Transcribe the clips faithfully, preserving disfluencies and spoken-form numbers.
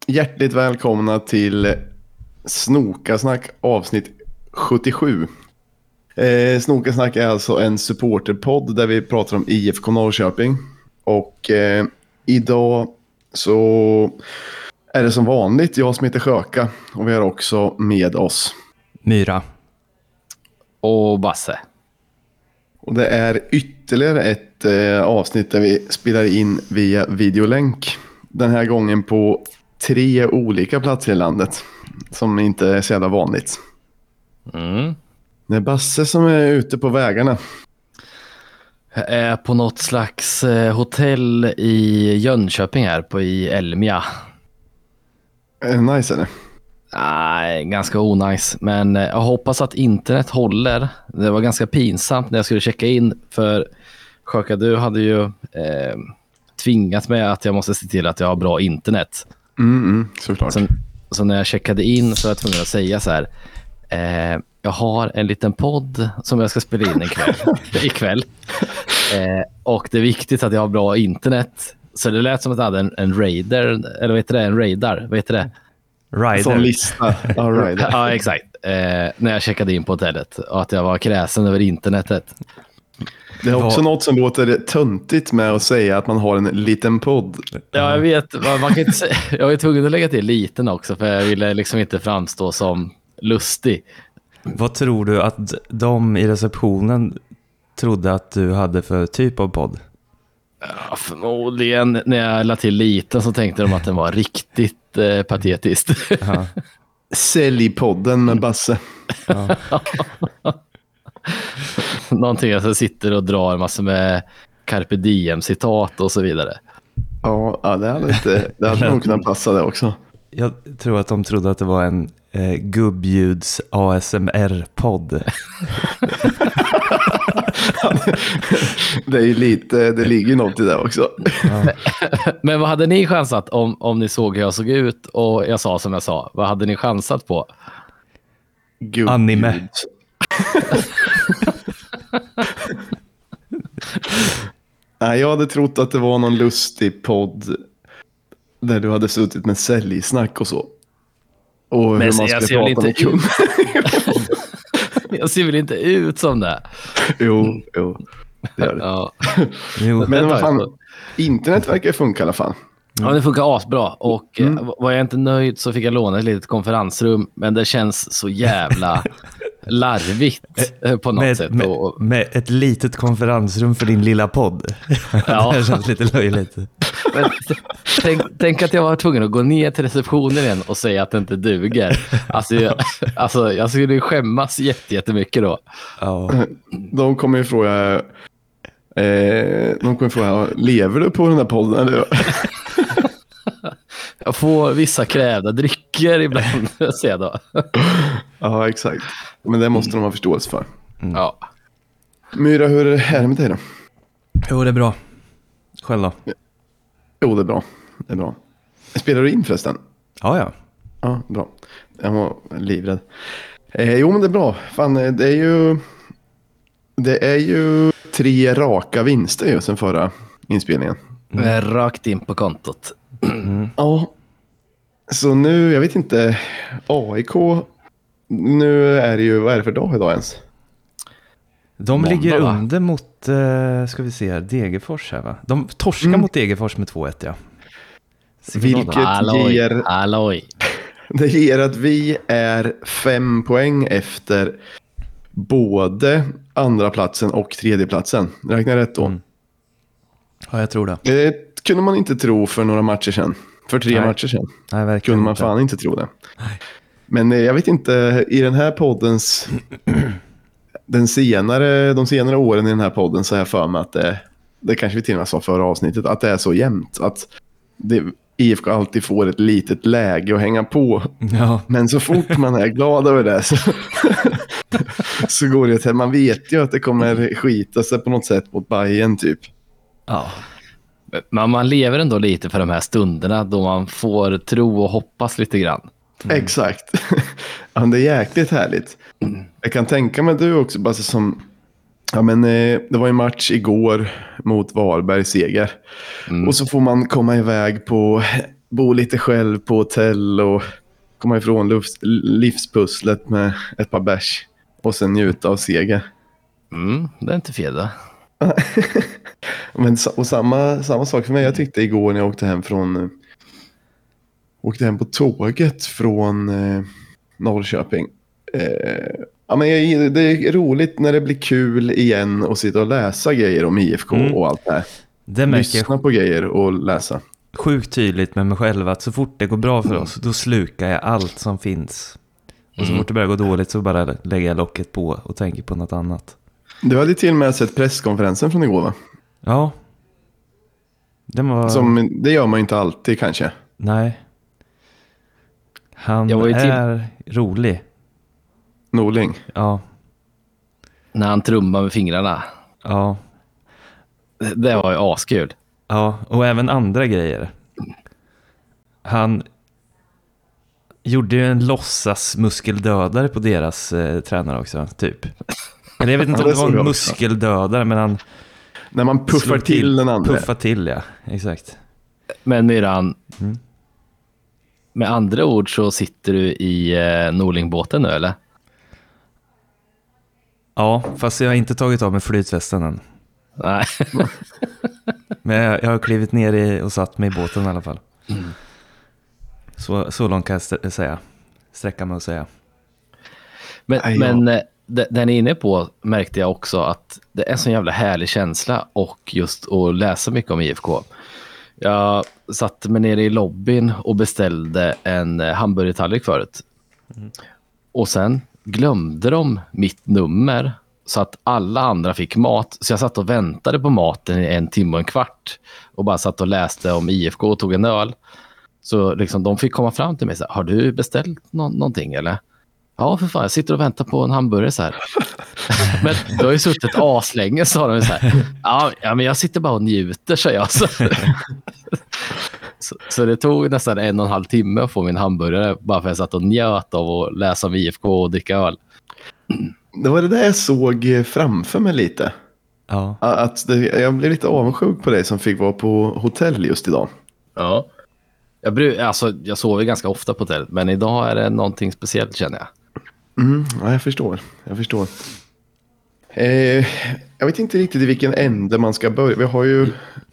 Hjärtligt välkomna till Snokasnack avsnitt sjuttiosju. Eh, Snokasnack är alltså en supporterpodd där vi pratar om I F K Norrköping. Och eh, idag så är det som vanligt jag som heter Sjöka och vi har också med oss Myra och Basse. Och det är ytterligare ett eh, avsnitt där vi spelar in via videolänk. Den här gången på tre olika platser i landet som inte är så jävla vanligt. Mm. Det är Basse som är ute på vägarna. Jag är på något slags eh, hotell i Jönköping här på i Elmia. Är det nice eller? Nej, ganska onajs. Men eh, jag hoppas att internet håller. Det var ganska pinsamt när jag skulle checka in. För Sjöka, du hade ju eh, tvingat mig att jag måste se till att jag har bra internet. Mm, mm, såklart. Så, så när jag checkade in så var jag tvungen att säga så här. Eh, jag har en liten podd som jag ska spela in ikväll. ikväll. Eh, och det är viktigt att jag har bra internet. Så det lät som att jag hade en, en raider. Eller vad heter det? En radar. Vad heter det? Rider. Som lista. Ja, rider. Ja, exakt. Eh, när jag checkade in på hotellet. Och att jag var kräsen över internetet. Det är också något som låter töntigt med att säga att man har en liten podd. Ja, jag vet. Man, man kan inte säga, jag var tvungen att lägga till liten också. För jag ville liksom inte framstå som lustig. Vad tror du att de i receptionen trodde att du hade för typ av podd? Ja, förmodligen när jag lade till liten så tänkte de att den var riktigt eh, patetiskt. Ja. Säljpodden med Basse. Ja. Någonting jag sitter och drar en massa med Carpe Diem-citat och så vidare. Ja, ja det hade, inte, det hade nog kunnat passa det också. Jag tror att de trodde att det var en eh, gubbjuds A S M R-podd. Det är ju lite, det ligger ju något i det också. Ja. Men vad hade ni chansat om, om ni såg hur jag såg ut och jag sa som jag sa? Vad hade ni chansat på? Gud. Anime. Nej, jag hade trott att det var någon lustig podd där du hade suttit med säljsnack och så. Och Men hur man jag skulle ser prata med inte kunder. Jag ser väl inte ut som det? Jo, jo. Det gör det. Ja, Jo. Men vad fan, internet verkar funka i alla fall. ja det funkar asbra. Och Mm. eh, var jag inte nöjd så fick jag låna ett litet konferensrum. Men det känns så jävla larvigt eh, på något Med, sätt. med, Och, med ett litet konferensrum för din lilla podd. Ja. Det känns lite löjligt. Men, tänk, tänk att jag var tvungen att gå ner till receptionen igen och säga att det inte duger. Alltså jag, alltså, jag skulle ju skämmas jätte, jättemycket då. Ja. De kommer ju fråga, eh, de kommer fråga, lever du på den här podden? Eller? Jag får vissa krävda drycker ibland, säger jag då. Ja, exakt. Men det måste de ha förståelse för. Ja. Myra, hur är det med dig då? Jo, det är bra. Själv då? Jo, det är bra. Det är bra. Spelar du in förresten? Ja, ja. Ja, bra. Jag var livrädd. Eh, jo, men det är bra. Fan, det är ju... Det är ju tre raka vinster ju sen förra inspelningen. Mm. Rakt in på kontot. Mm. Ja. Så nu, jag vet inte. A I K... Nu är det ju... Vad är det för dag idag ens? De Måndag, ligger va? under mot, eh, ska vi se här, Degerfors här va? De torskar Mm. mot Degerfors med två ett, ja. Vilket Halloj, ger... halloj. Det ger att vi är fem poäng efter både andra platsen och tredje platsen. Räknar jag rätt då? Mm. Ja, jag tror det. Det kunde man inte tro för några matcher sedan. För tre Nej. matcher sedan Nej, verkligen kunde man inte. fan inte tro det. Men eh, jag vet inte, i den här poddens... den senare, de senare åren i den här podden så har jag för mig att det, det kanske vi till och med sa förra avsnittet, att det är så jämnt. Att det, I F K alltid får ett litet läge att hänga på. Ja, Men så fort man är glad över det så, så går det till. Man vet ju att det kommer skita sig på något sätt mot Bayern typ. ja. Men man lever ändå lite för de här stunderna då man får tro och hoppas lite grann. Mm. Exakt. Ja, det är jäkligt härligt. Mm. Jag kan tänka mig du också bara som... Ja, men eh, det var en match igår mot Varberg seger. Mm. Och så får man komma iväg på bo lite själv på hotell och komma ifrån livs, livspusslet med ett par bärs och sen njuta av seger. Mm, det är inte fel då. Men och samma, samma sak för mig. Jag tyckte igår när jag åkte hem från åkte hem på tåget från eh, Norrköping. Eh, ja, men jag, det är roligt när det blir kul igen och sitta och läsa grejer om I F K mm. och allt det här. Det märker Lyssna jag på grejer och läsa. Sjukt tydligt med mig själv att så fort det går bra för oss, då slukar jag allt som finns. Och så fort det börjar gå dåligt så bara lägger jag locket på och tänker på något annat. Du hade till och med sett presskonferensen från igår, va? Ja. Det, var... Som, det gör man ju inte alltid kanske. Nej. Han till... är rolig. Norling. Ja. När han trummar med fingrarna. Ja. Det var ju askul. Ja, och även andra grejer. Han gjorde ju en låtsas muskeldödare på deras eh, tränare också, typ. Eller jag vet inte ja, om det var en muskeldödare, men han... När man puffar till, till den andra. Puffar till, ja. Exakt. Men Myran, mm. med andra ord så sitter du i eh, Norlingbåten nu, eller? Ja, fast jag har inte tagit av mig flytvästen än. Nej. Men jag, jag har klivit ner i och satt mig i båten i alla fall. Mm. Så, så långt kan jag st- säga. Sträcka mig och säga. Men, Aj, men ja. det, den är inne på märkte jag också att det är en sån jävla härlig känsla och just att läsa mycket om I F K. Jag satt mig nere i lobbyn och beställde en hamburgertallrik förut. Mm. Och sen glömde de mitt nummer så att alla andra fick mat. Så jag satt och väntade på maten i en timme och en kvart och bara satt och läste om I F K och tog en öl. Så liksom de fick komma fram till mig så här, har du beställt nå- någonting eller? Ja, för fan, jag sitter och väntar på en hamburgare så här. Men du har ju suttit aslänge, sa de så här. Ja, ja, men jag sitter bara och njuter, säger jag. Så, så, så det tog nästan en och en halv timme att få min hamburgare bara för att jag satt och njöt av att läsa om I F K och dricka öl. Det var det där jag såg framför mig lite. Ja. Att det, jag blev lite avundsjuk på dig som fick vara på hotell just idag. Ja. Jag, bry, alltså, jag sover ganska ofta på hotell, men idag är det någonting speciellt, känner jag. Mm, ja, jag förstår. Jag förstår. Eh, jag vet inte riktigt i vilken ände man ska börja. Vi har ju...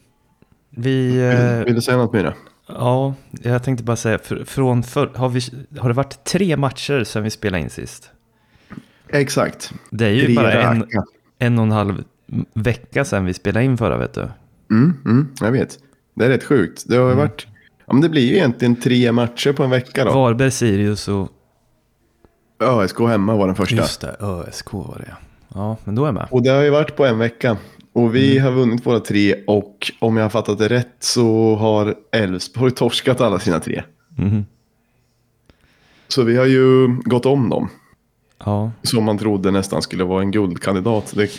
Vi, eh... vill, vill du säga något mer? Ja, jag tänkte bara säga, för, från för, har, vi, har det varit tre matcher sedan vi spelade in sist? Exakt. Det är ju tre bara en, raka. en och en halv vecka sedan vi spelade in förra, vet du. Mm, mm, jag vet. Det är rätt sjukt. Det har mm. varit... Ja, men det blir ju egentligen tre matcher på en vecka då. Varberg, Sirius och... Ö S K hemma var den första. Just det, Ö S K var det. Ja, men då är jag med. Och det har ju varit på en vecka. Och vi mm. har vunnit våra tre. Och om jag har fattat det rätt så har Elfsborg torskat alla sina tre. Mm. Så vi har ju gått om dem. Ja. Som man trodde nästan skulle vara en guldkandidat. Det...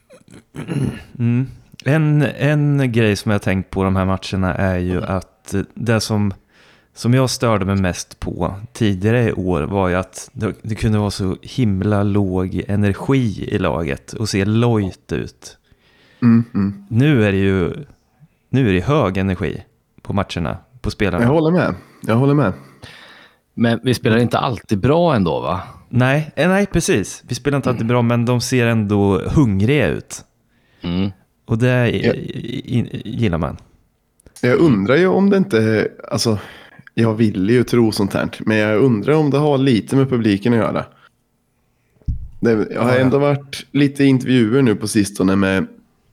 Mm. En, en grej som jag har tänkt på de här matcherna är ju att det som, som jag störde mig mest på tidigare i år var ju att det, det kunde vara så himla låg energi i laget och se lojt ut. Mm, mm. Nu är det ju nu är det hög energi på matcherna, på spelarna. Jag håller med, jag håller med. Men vi spelar inte alltid bra ändå, va? Nej, nej precis. Vi spelar inte alltid bra, men de ser ändå hungriga ut. Mm. Och det ja. gillar man. Jag undrar ju om det inte, alltså jag vill ju tro sånt här, men jag undrar om det har lite med publiken att göra. Det, jag har ändå varit lite intervjuer nu på sistone med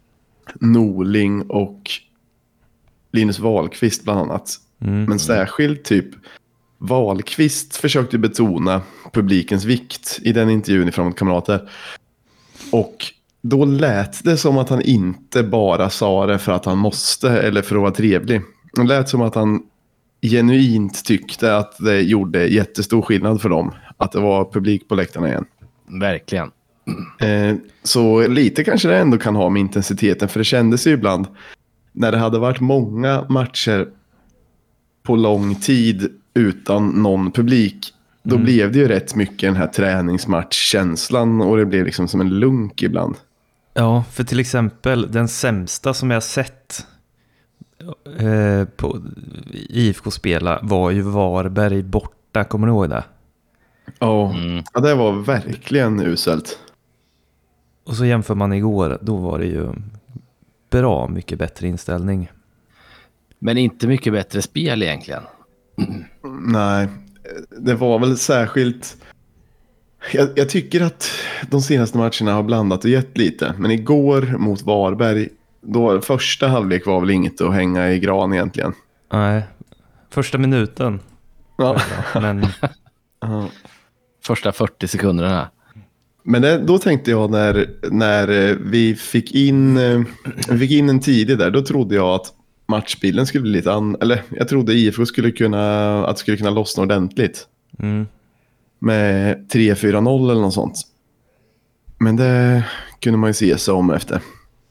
Norling och Linus Wahlqvist bland annat. Mm. Men särskilt typ Wahlqvist försökte betona publikens vikt i den intervjun i Framåt Kamrater. Och då lät det som att han inte bara sa det för att han måste eller för att vara trevlig. Det lät som att han genuint tyckte att det gjorde jättestor skillnad för dem att det var publik på läktarna igen. Verkligen. Eh, så lite kanske det ändå kan ha med intensiteten, för det kändes ju ibland när det hade varit många matcher på lång tid utan någon publik, då mm. blev det ju rätt mycket den här träningsmatchkänslan och det blev liksom som en lunk ibland. Ja, för till exempel den sämsta som jag sett eh, på I F K spela var ju Varberg borta, kommer du ihåg det? Ja, Mm. ja, det var verkligen uselt. Och så jämför man igår, då var det ju bra mycket bättre inställning. Men inte mycket bättre spel egentligen. Nej, det var väl särskilt... Jag, jag tycker att de senaste matcherna har blandat och gett lite. Men igår mot Varberg, då första halvlek var väl inget att hänga i gran egentligen. Nej, första minuten. Ja. Men Ja. Första fyrtio sekunderna. Men det, då tänkte jag när, när vi fick in, eh, vi fick in en tidig där, då trodde jag att matchbilden skulle bli lite an... Eller jag trodde I F K skulle kunna, att det skulle kunna lossna ordentligt. mm, Med tre fyra noll eller något sånt. Men det kunde man ju se sig om efter.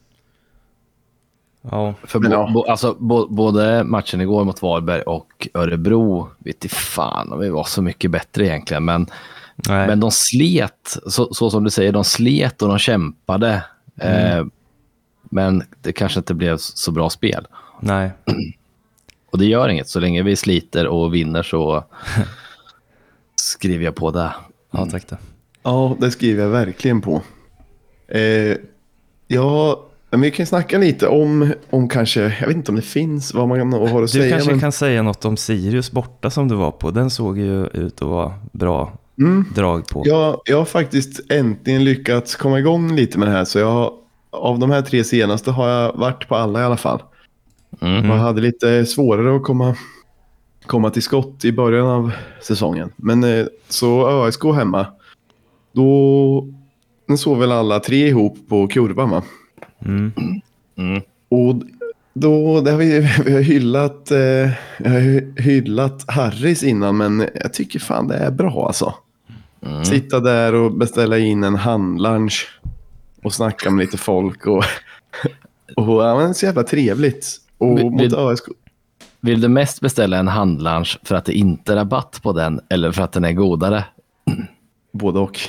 ja, För Men bo, ja. bo, alltså, bo, både matchen igår mot Varberg och Örebro, vet inte fan om vi var så mycket bättre egentligen. Men, nej. men de slet, så, så som du säger, de slet och de kämpade. Mm. Eh, men det kanske inte blev så bra spel. nej. Och det gör inget, så länge vi sliter och vinner så skriver jag på det. Ja, tack det. Ja, det skriver jag verkligen på. Eh, ja, men vi kan snacka lite om, om kanske, jag vet inte om det finns vad man har att Du säga. kanske men... kan säga något om Sirius borta som du var på. Den såg ju ut att vara bra Mm. drag på. Jag, jag har faktiskt äntligen lyckats komma igång lite med det här. Så jag, av de här tre senaste har jag varit på alla i alla fall. Mm. Jag hade lite svårare att komma, komma till skott i början av säsongen. Men eh, så Ö S K hemma, då nu såg väl alla tre ihop på kurvan, va? Mm. Mm. Och då, det har vi, vi har hyllat, eh, jag har hyllat Harris innan, men jag tycker fan det är bra alltså. Mm. Sitta där och beställa in en handlunch och snacka med lite folk och, och ja, men så jävla trevligt. Och Vill- mot vill- Ö S K. Vill du mest beställa en handlunch för att det inte är rabatt på den eller för att den är godare? Både och.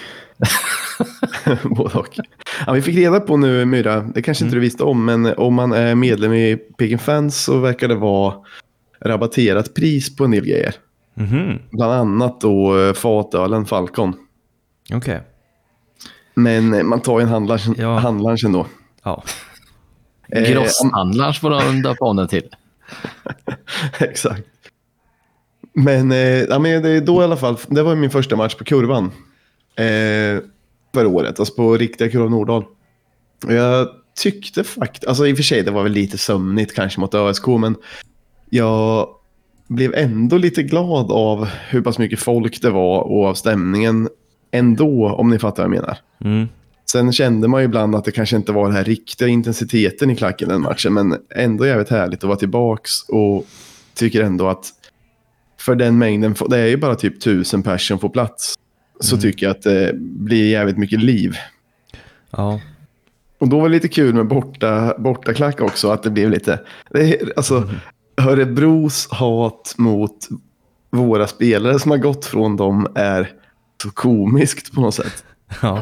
Både och. Ja, vi fick reda på nu, Myra, det kanske inte du visste om, men om man är medlem i Peking Fans så verkar det vara rabatterat pris på en del grejer. Mhm. Bland annat då eh, fatölen Falcon. Okej. Men eh, man tar ju en handlunch, Ja. handlunch ändå. Ja. Eh, om- Grosshandlunch får de döpa om den till. Exakt. Men, eh, ja, men det, då i alla fall, det var min första match på kurvan. Eh, för året, alltså på riktiga Kurvan Nordahl. Och jag tyckte faktiskt, alltså i och för sig det var väl lite sömnigt kanske mot Ö S K, men jag blev ändå lite glad av hur pass mycket folk det var och av stämningen ändå, om ni fattar vad jag menar. Mm. Sen kände man ju ibland att det kanske inte var den här riktiga intensiteten i klacken den matchen, men ändå jävligt härligt att vara tillbaks och tycker ändå att för den mängden, det är ju bara typ tusen personer på plats, så Mm. tycker jag att det blir jävligt mycket liv. Ja. Och då var det lite kul med borta, borta klack också, att det blev lite, det är, alltså Örebros hat mot våra spelare som har gått från dem är så komiskt på något sätt. Ja.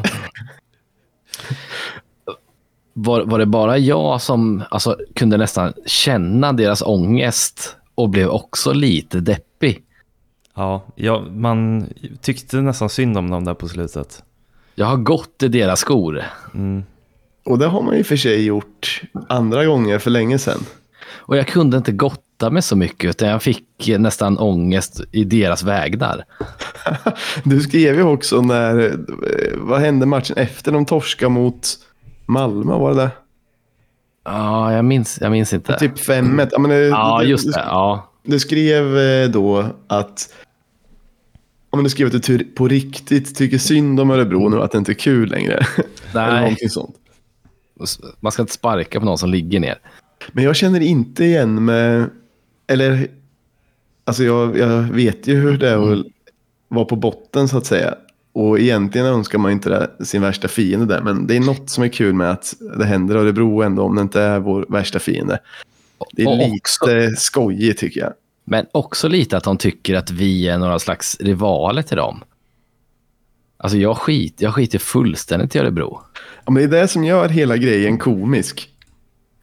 Var, var det bara jag som alltså, kunde nästan känna deras ångest och blev också lite deppig? Ja. Ja, man tyckte nästan synd om dem där på slutet. Jag har gått i deras skor. Mm. Och det har man ju för sig gjort andra gånger för länge sedan. Och jag kunde inte gotta mig så mycket utan jag fick nästan ångest i deras vägnar. Du skrev ju också när, vad hände matchen efter de torska mot Malmö, var det där? Ja, jag minns, jag minns inte. Typ fem ett. Ja, men det, Ja, du- just du, det. Ja. Du skrev eh, då att, ja, men du skrev att du ty- på riktigt tycker synd om Örebro nu, att det inte är kul längre. Eller Nej, någonting sånt. man ska inte sparka på någon som ligger ner. Men jag känner inte igen med, eller, alltså jag, jag vet ju hur det är att vara på botten så att säga. Och egentligen önskar man inte det, sin värsta fiende där. Men det är något som är kul med att det händer Örebro ändå, om det inte är vår värsta fiende. Det är Och lite också- skojigt tycker jag. Men också lite att de tycker att vi är några slags rivaler till dem. Alltså jag skit, jag skiter fullständigt i Örebro. Ja, men det är det som gör hela grejen komisk.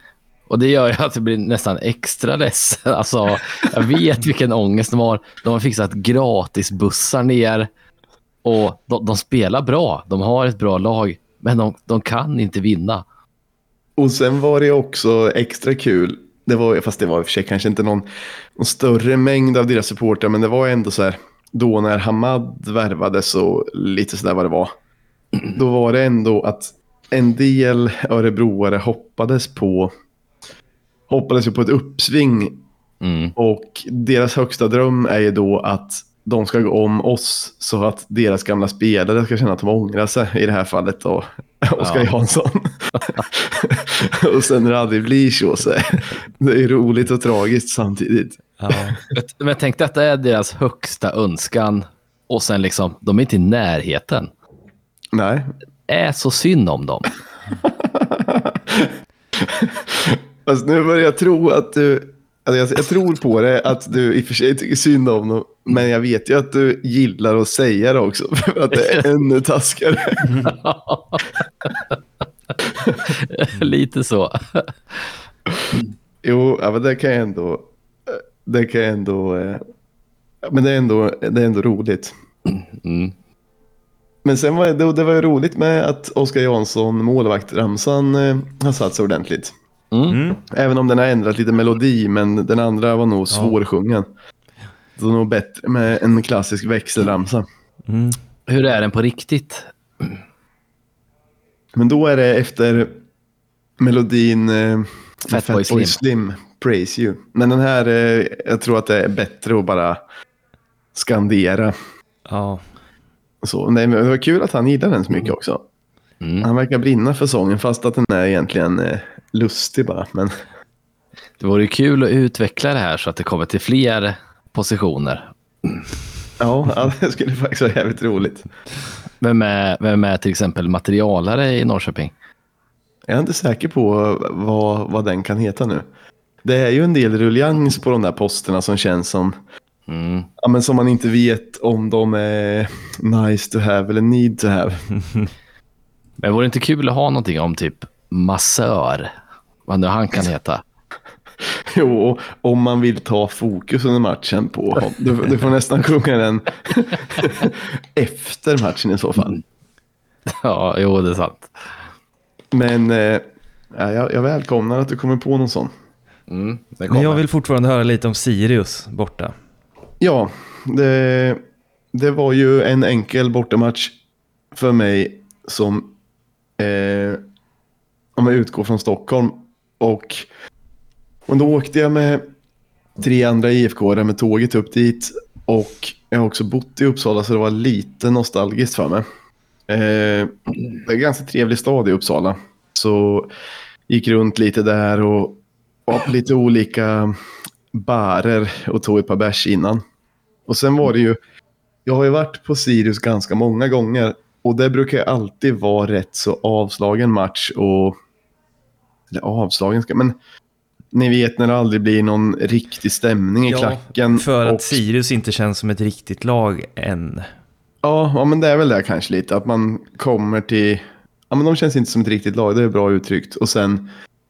Och det gör ju att det blir nästan extra ledsen. Alltså, jag vet vilken ångest de har. De har fixat gratis bussar ner. Och de, de spelar bra. De har ett bra lag. Men de, de kan inte vinna. Och sen var det också extra kul. Det var, fast det var i och för sig kanske inte någon, någon större mängd av deras supportrar. Men det var ändå så här. Då när Hamad värvades och lite sådär vad det var. Då var det ändå att en del örebroare hoppades på hoppades ju på ett uppsving. Mm. Och deras högsta dröm är ju då att de ska gå om oss så att deras gamla spelare ska känna att de ångrar sig, i det här fallet då Oskar Ja. Jansson. Och sen när det aldrig blir så, så det är roligt och tragiskt samtidigt. Ja. Men jag tänkte att det är deras högsta önskan. Och sen liksom, de är inte i närheten. Nej. Är så synd om dem. Alltså nu börjar jag tro att du alltså jag, jag tror på det att du i och för sig tycker synd om dem, men jag vet ju att du gillar att säga det också för att det är ännu taskigare. Lite så. Jo, ja, men det kan jag ändå det kan jag ändå eh, men det är ändå det är ändå roligt. Mm. Men sen var det, det var ju roligt med att Oskar Jansson, målvaktramsan, eh, har satt sig ordentligt. Mm. Mm. Även om den har ändrat lite melodi, men den andra var nog svårsjungen. Det var nog bättre med en klassisk växelramsa. Mm. Hur är den på riktigt? Men då är det efter melodin eh, Fatboy Slim. Slim, Praise You. Men den här, eh, jag tror att det är bättre att bara skandera. Ja. Så, nej, men det var kul att han gillar den så mycket också. Mm. Han verkar brinna för sången, fast att den är egentligen eh, lustig bara. Men Det vore ju kul att utveckla det här så att det kommer till fler positioner. ja, ja, det skulle faktiskt vara jävligt roligt. Vem är, vem är till exempel materialare i Norrköping? Jag är inte säker på vad, vad den kan heta nu. Det är ju en del rullians på de där posterna som känns som, Mm. ja, men som man inte vet om de är nice to have eller need to have. Men vore det inte kul att ha någonting om typ massör? Vad nu han kan heta. Jo, om man vill ta fokus under matchen på honom. Du, du får nästan sjunga den efter matchen i så fall. Ja, jo, det är sant. Men eh, ja, jag, jag välkomnar att du kommer på någon sån. Mm, det Men kommer. jag vill fortfarande höra lite om Sirius borta. Ja, det, det var ju en enkel bortamatch för mig som eh, om jag utgår från Stockholm. Och, och då åkte jag med tre andra I F K-are med tåget upp dit. Och jag har också bott i Uppsala, så det var lite nostalgiskt för mig. Eh, det är en ganska trevlig stad i Uppsala. Så gick runt lite där och var på lite olika barer och tog ett par bärs innan. Och sen var det ju, jag har ju varit på Sirius ganska många gånger och det brukar ju alltid vara rätt så avslagen match och eller avslagen ska, men ni vet när det aldrig blir någon riktig stämning i Ja, klacken. För att och, Sirius inte känns som ett riktigt lag än. ja, ja, men det är väl det kanske lite, att man kommer till, ja men de känns inte som ett riktigt lag, det är bra uttryckt. Och sen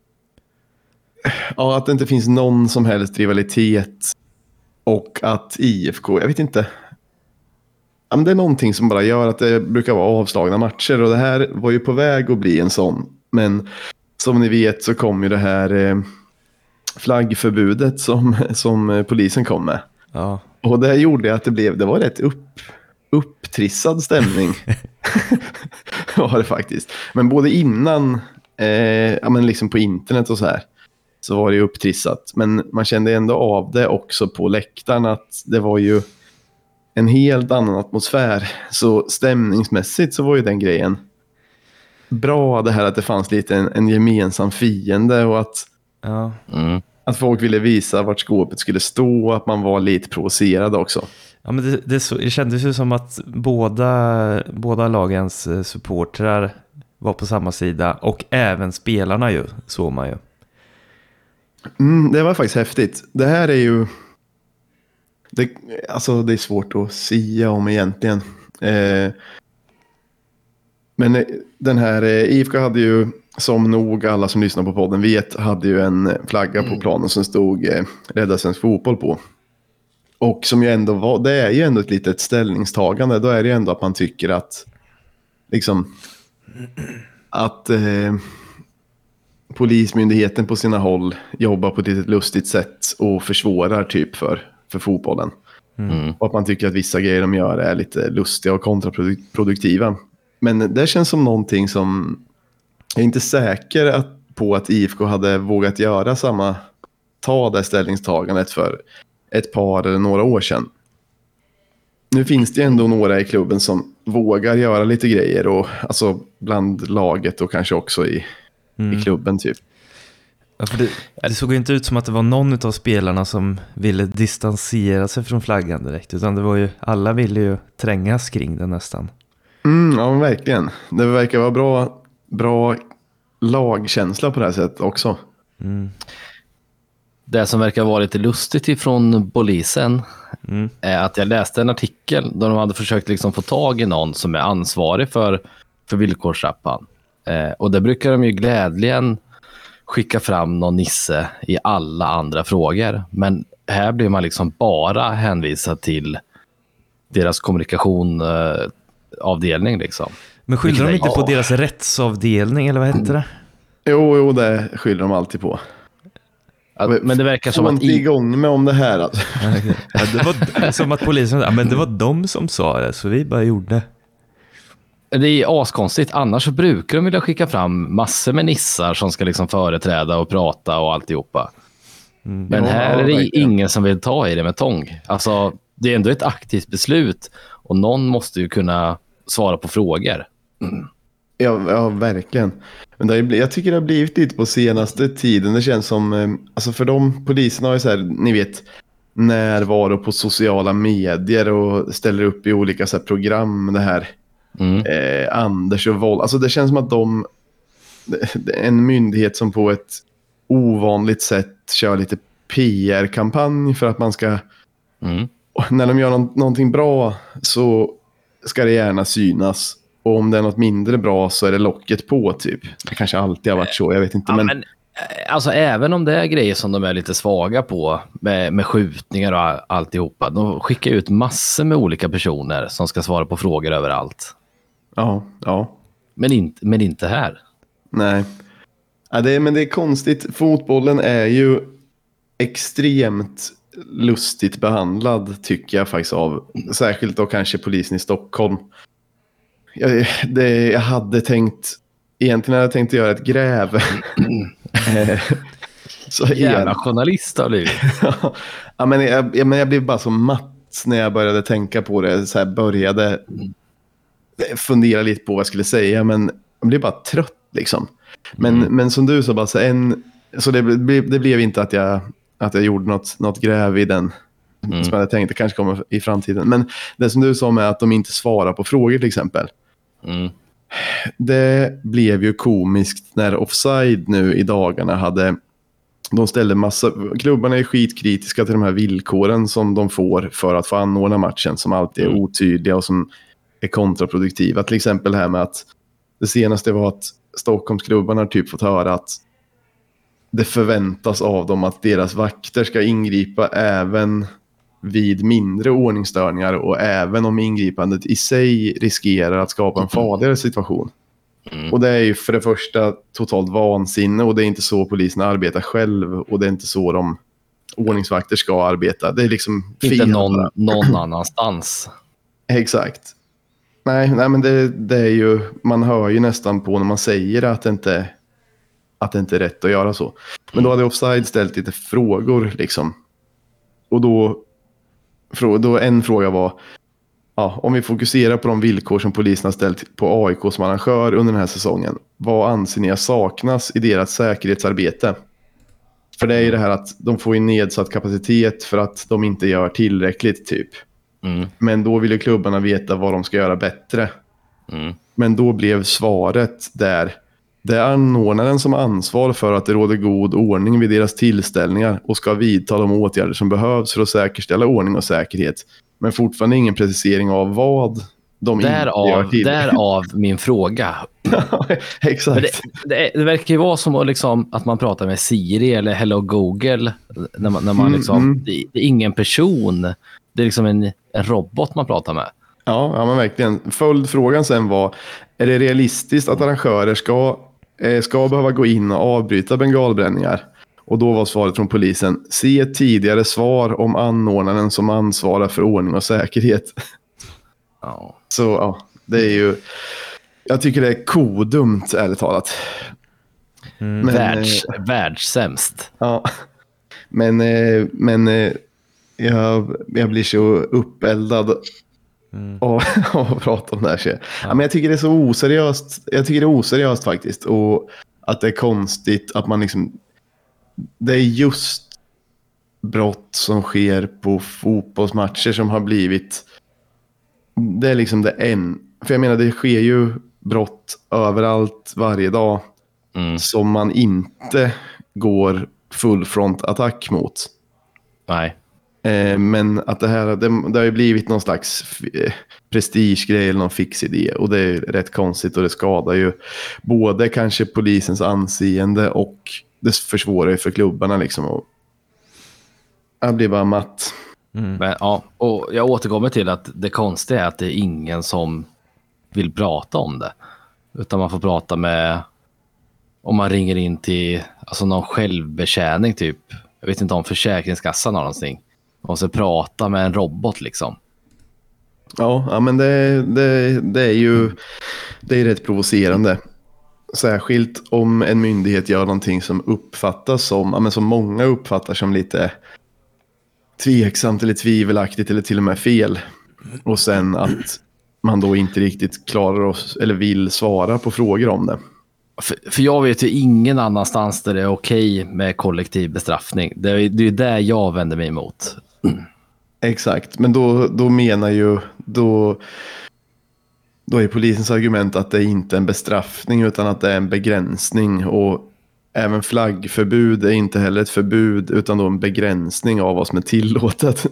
ja, att det inte finns någon som helst rivalitet och att I F K, jag vet inte. Ja, men det är någonting som bara gör att det brukar vara avslagna matcher och det här var ju på väg att bli en sån. Men som ni vet så kom ju det här eh, flaggförbudet som, som polisen kom med. Ja. Och det gjorde att det blev, det var rätt upp, upptrissad stämning. Var det faktiskt. Men både innan, eh, ja men liksom på internet och så här, så var det ju upptrissat. Men man kände ändå av det också på läktaren att det var ju en helt annan atmosfär. Så stämningsmässigt så var ju den grejen bra, det här att det fanns lite en, en gemensam fiende och att, Ja. Mm. att folk ville visa vart skåpet skulle stå, att man var lite provocerad också. Ja, men det, det, så, det kändes ju som att båda, båda lagens eh, supportrar var på samma sida och även spelarna ju, såg man ju. Mm, det var faktiskt häftigt. Det här är ju det, alltså det är svårt att sia om egentligen. Eh, Men den här eh, I F K hade ju, som nog alla som lyssnar på podden vet, hade ju en flagga på planen som stod eh, Rädda svensk fotboll på. Och som ju ändå var, det är ju ändå ett litet ställningstagande. Då är det ju ändå att man tycker att liksom att eh, polismyndigheten på sina håll jobbar på ett litet lustigt sätt och försvårar typ för, för fotbollen. Mm. Och att man tycker att vissa grejer de gör är lite lustiga och kontraproduktiva. Men det känns som någonting som jag är inte säker att, på att I F K hade vågat göra samma, ta det ställningstagandet för ett par eller några år sedan. Nu finns det ändå några i klubben som vågar göra lite grejer, och alltså bland laget och kanske också i, mm. i klubben typ. Ja, för det, det såg ju inte ut som att det var någon av spelarna som ville distansera sig från flaggan direkt, utan det var ju, alla ville ju trängas kring den nästan. Mm, ja, verkligen. Det verkar vara bra, bra lagkänsla på det här sättet också. Mm. Det som verkar vara lite lustigt ifrån polisen mm. är att jag läste en artikel där de hade försökt liksom få tag i någon som är ansvarig för, för villkorstrappan. Eh, och det brukar de ju glädligen skicka fram någon nisse i alla andra frågor. Men här blir man liksom bara hänvisad till deras kommunikation-avdelning. Liksom. Men skyller de inte på deras rättsavdelning, eller vad heter det? Jo, jo, det skyller de alltid på. Att, men det verkar som att i... igång med om det här alltså. Ja, det var som att polisen, ja, men det var de som sa det, så vi bara gjorde. Det är askonstigt, annars så brukar de vilja skicka fram massor med nissar som ska liksom företräda och prata och alltihopa. Mm. Men ja, här är det verkligen ingen som vill ta i det med tång. Alltså, det är ändå ett aktivt beslut och någon måste ju kunna svara på frågor. Mm. Ja, ja, verkligen. Men det har blivit, jag tycker det har blivit lite på senaste tiden. Det känns som, alltså för de poliserna har ju så här, ni vet, närvaro på sociala medier och ställer upp i olika så här program, det här mm. eh, Anders och våld. Alltså det känns som att de, en myndighet som på ett ovanligt sätt kör lite P R-kampanj för att man ska, mm. när de gör någon, någonting bra så ska det gärna synas. Och om det är något mindre bra så är det locket på typ. Det kanske alltid har varit så, jag vet inte. Ja, men... men alltså även om det är grejer som de är lite svaga på med, med skjutningar och alltihopa. De skickar ut massor med olika personer som ska svara på frågor överallt. Ja, ja. Men inte, men inte här. Nej. Ja, det är, men det är konstigt. Fotbollen är ju extremt lustigt behandlad tycker jag faktiskt av. Särskilt då kanske polisen i Stockholm. Jag, det, jag hade tänkt egentligen hade jag tänkt göra ett gräv. Så jävla journalist har du. Ja, men jag, jag, men jag blev bara så matt när jag började tänka på det. Så här började fundera lite på vad jag skulle säga, men jag blev bara trött liksom. Men, mm. men som du sa, bara så en, så det, blev, det blev inte att jag, att jag gjorde något, något gräv i den. Mm. Som jag hade tänkt det kanske kommer i framtiden. Men det som du sa med att de inte svarar på frågor till exempel. Mm. Det blev ju komiskt när Offside nu i dagarna hade, de ställde massa, klubbarna är skitkritiska till de här villkoren som de får för att få anordna matchen, som alltid är mm. otydliga och som är kontraproduktiva. Till exempel här med att det senaste var att Stockholmsklubbarna har typ fått höra att det förväntas av dem att deras vakter ska ingripa även vid mindre ordningsstörningar och även om ingripandet i sig riskerar att skapa en farligare situation. Mm. Och det är ju för det första totalt vansinne, och det är inte så polisen arbetar själv, och det är inte så de ordningsvakter ska arbeta. Det är liksom fel. Inte någon, någon annanstans. Exakt. Nej, nej men det, det är ju, man hör ju nästan på när man säger att det inte, att det inte är rätt att göra så. Men då hade Offside ställt lite frågor liksom. Och då Då en fråga var, ja, om vi fokuserar på de villkor som polisen har ställt på A I K som arrangör under den här säsongen, vad anser ni saknas i deras säkerhetsarbete? För det är ju det här att de får en nedsatt kapacitet för att de inte gör tillräckligt typ. Mm. Men då vill ju klubbarna veta vad de ska göra bättre. Mm. Men då blev svaret där, det är anordnaren som har ansvar för att det råder god ordning vid deras tillställningar och ska vidta de åtgärder som behövs för att säkerställa ordning och säkerhet. Men fortfarande ingen precisering av vad de inte gör Därav, till. därav min fråga. Exakt. Det, det, det verkar ju vara som att, liksom, att man pratar med Siri eller Hello Google. När man, när man Mm, liksom, mm. det, det är ingen person. Det är liksom en, en robot man pratar med. Ja, ja, men verkligen. Följdfrågan sen var, är det realistiskt att arrangörer ska, eh, ska behöva gå in och avbryta bengalbränningar? Och då var svaret från polisen, se ett tidigare svar om anordnaren som ansvarar för ordning och säkerhet. Ja. Så ja, det är ju, jag tycker det är kodumt, ärligt talat. Mm. Men, Världs, eh, världssämst. Ja, men, eh, men eh, jag, jag blir så uppeldad Mm. och, och prata om det här. Så. Ja, men jag tycker det är så oseriöst. Jag tycker det är oseriöst faktiskt. Och att det är konstigt att man liksom... Det är just brott som sker på fotbollsmatcher som har blivit... Det är liksom det en... För jag menar, det sker ju brott överallt varje dag Mm. som man inte går full front attack mot. Nej. Eh, men att det här det, det har ju blivit någon slags eh, prestigegrej eller någon fix idé. Och det är rätt konstigt och det skadar ju både kanske polisens anseende och det försvårar ju för klubbarna liksom. Och jag blir bara matt. Mm. Men, ja, och jag återkommer till att det konstiga är att det är ingen som vill prata om det. Utan man får prata med, om man ringer in till alltså någon självbetjäning typ. Jag vet inte om Försäkringskassan har någonting. Och så prata med en robot liksom. Ja, ja men det, det, det är ju det är rätt provocerande. Särskilt om en myndighet gör någonting som uppfattas som, ja, men som många uppfattar som lite tveksamt eller tvivelaktigt eller till och med fel. Och sen att man då inte riktigt klarar oss eller vill svara på frågor om det. För, för jag vet ju ingen annanstans där det är okej med kollektiv bestraffning. Det är det är där jag vänder mig emot. Exakt, men då, då menar ju då, då är polisens argument att det inte är en bestraffning utan att det är en begränsning. Och även flaggförbud är inte heller ett förbud utan då en begränsning av vad som är tillåtet.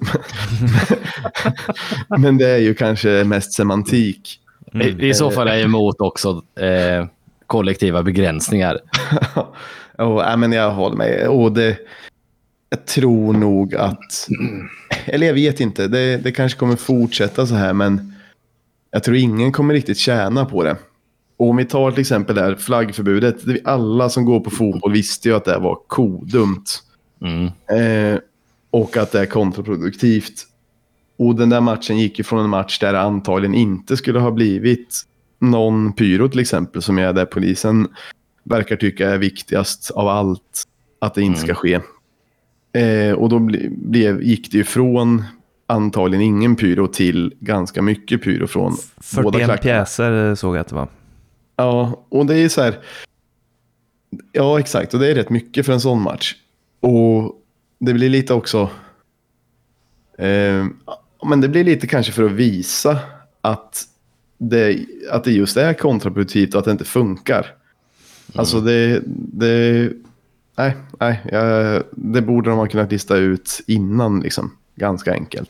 Men det är ju kanske mest semantik. Mm. I, I så fall är jag emot också eh, kollektiva begränsningar. Och, ja, men jag håller med. Och det, jag tror nog att... Eller jag vet inte. Det, det kanske kommer fortsätta så här. Men jag tror ingen kommer riktigt tjäna på det. Och om vi tar till exempel där flaggförbudet. Det, alla som går på fotboll visste ju att det var kodumt. Mm. Eh, och att det är kontraproduktivt. Och den där matchen gick ju från en match där det antagligen inte skulle ha blivit någon pyro till exempel. Som är där polisen verkar tycka är viktigast av allt. Att det inte ska ske. Eh, och då ble, blev, gick det ju från antagligen ingen pyro till ganska mycket pyro från båda fyrtioen klackarna. pjäser såg jag att det var. Ja, och det är så här... Ja, exakt. Och det är rätt mycket för en sån match. Och det blir lite också... Eh, men det blir lite kanske för att visa att det, att det just är kontraproduktivt och att det inte funkar. Mm. Alltså det... det nej, nej jag, det borde de ha kunnat lista ut innan liksom. Ganska enkelt.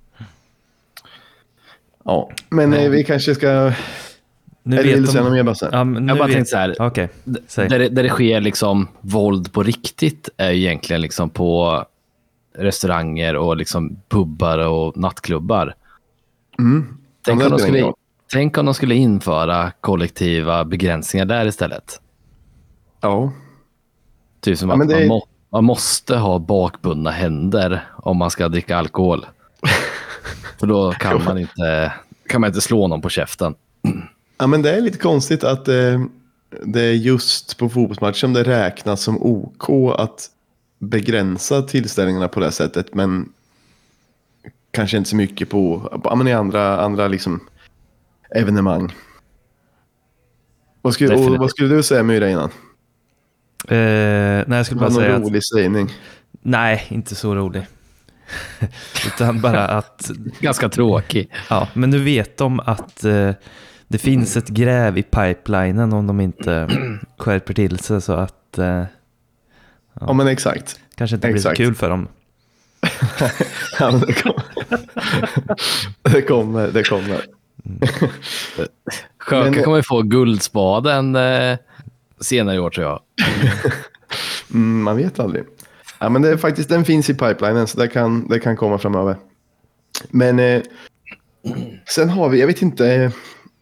Ja, men eh, vi kanske ska... Nu Eller vet vill du de- säga något mer, Basse? Ja, men nu Jag bara vet... tänkte så här. Okej, säg. Där det, där det sker liksom våld på riktigt är ju egentligen liksom på restauranger och liksom pubbar och nattklubbar. Mm. Tänk, Ja, om det de spelar ingen skulle, roll. tänk om de skulle införa kollektiva begränsningar där istället. Ja. Typ som Ja, att men det man, är- må, man måste ha bakbundna händer om man ska dricka alkohol. För då kan man inte, kan man inte slå någon på käften. Ja, men det är lite konstigt att eh, det är just på fotbollsmatcher som det räknas som OK att begränsa tillställningarna på det här sättet. Men kanske inte så mycket på, på ja, men i andra, andra liksom evenemang. Vad skulle, och, Definitivt. vad skulle du säga, Myra, innan? Eh, nej, jag skulle bara Någon säga att... rolig sägning. Nej, inte så rolig. Utan bara att... Ganska tråkig. Ja, men nu vet de att eh, det finns ett gräv i pipelinen om de inte skärper till sig, så att eh, Ja, ja men exakt. kanske inte blir Exakt. så kul för dem. Ja, men det kommer. det kommer, det kommer. Sjöka Men- kommer ju få guldspaden eh, senare i år tror jag. Mm, man vet aldrig. Ja, men det är faktiskt, den finns i pipelinen så det kan, det kan komma framöver. Men eh, sen har vi, jag vet inte. Eh,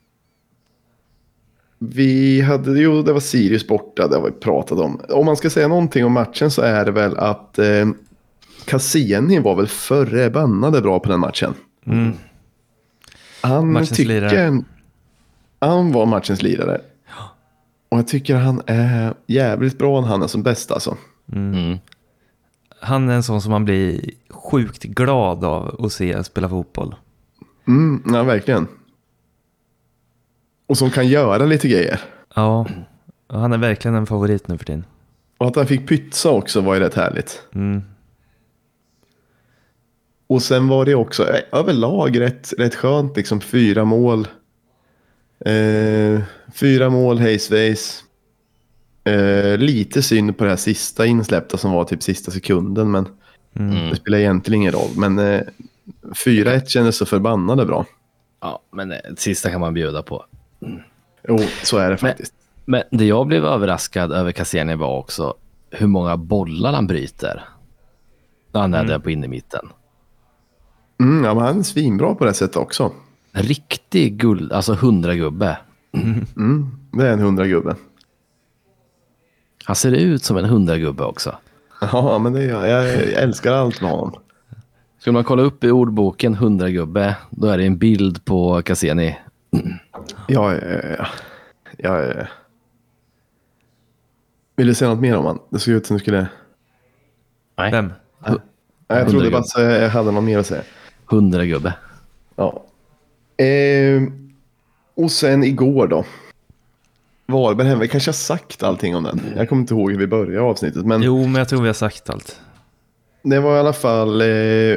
vi hade ju, det var Sirius borta, det har vi pratat om. Om man ska säga någonting om matchen så är det väl att eh, Cassini var väl förbannade bra på den matchen. Mm. Han Matchens tycker, lirare. Han var matchens lirare. Och jag tycker han är jävligt bra när han är som bäst alltså. Mm. Han är en sån som man blir sjukt glad av att se spela fotboll. Mm, ja, verkligen. Och som kan göra lite grejer. Ja, och han är verkligen en favorit nu för tiden. Och att han fick pytsa också var ju rätt härligt. Mm. Och sen var det också eh, överlag rätt, rätt skönt. Liksom fyra mål. Eh, fyra mål, hejsvejs. Eh, lite synd på det här sista insläppta som var typ sista sekunden. Men Mm. det spelar egentligen ingen roll. Men eh, fyra ett kändes så förbannade bra. Ja, men eh, det sista kan man bjuda på. Jo, så är det faktiskt. Men det jag blev överraskad över Cassini var också hur många bollar han bryter. När han är där på innermitten. Mm, ja, men han är svinbra på det sättet också. En riktig guld, alltså hundra gubbe. Mm, det är en hundra gubbe. Han ser ut som en hundra gubbe också. Ja, men det är, jag, jag älskar allt med honom. Skulle man kolla upp i ordboken hundra gubbe, då är det en bild på Cassini. Ja, ja, ja. ja, ja. Vill du säga något mer om han? Det såg ut som du skulle... Nej. Vem? Ja, jag trodde bara att jag hade något mer att säga. hundra gubbe. Ja. Eh, och sen igår då. Varberg hemma. Vi kanske har sagt allting om den. Jag kommer inte ihåg hur vi började avsnittet. Men Jo, men jag tror vi har sagt allt. det var i alla fall... Eh,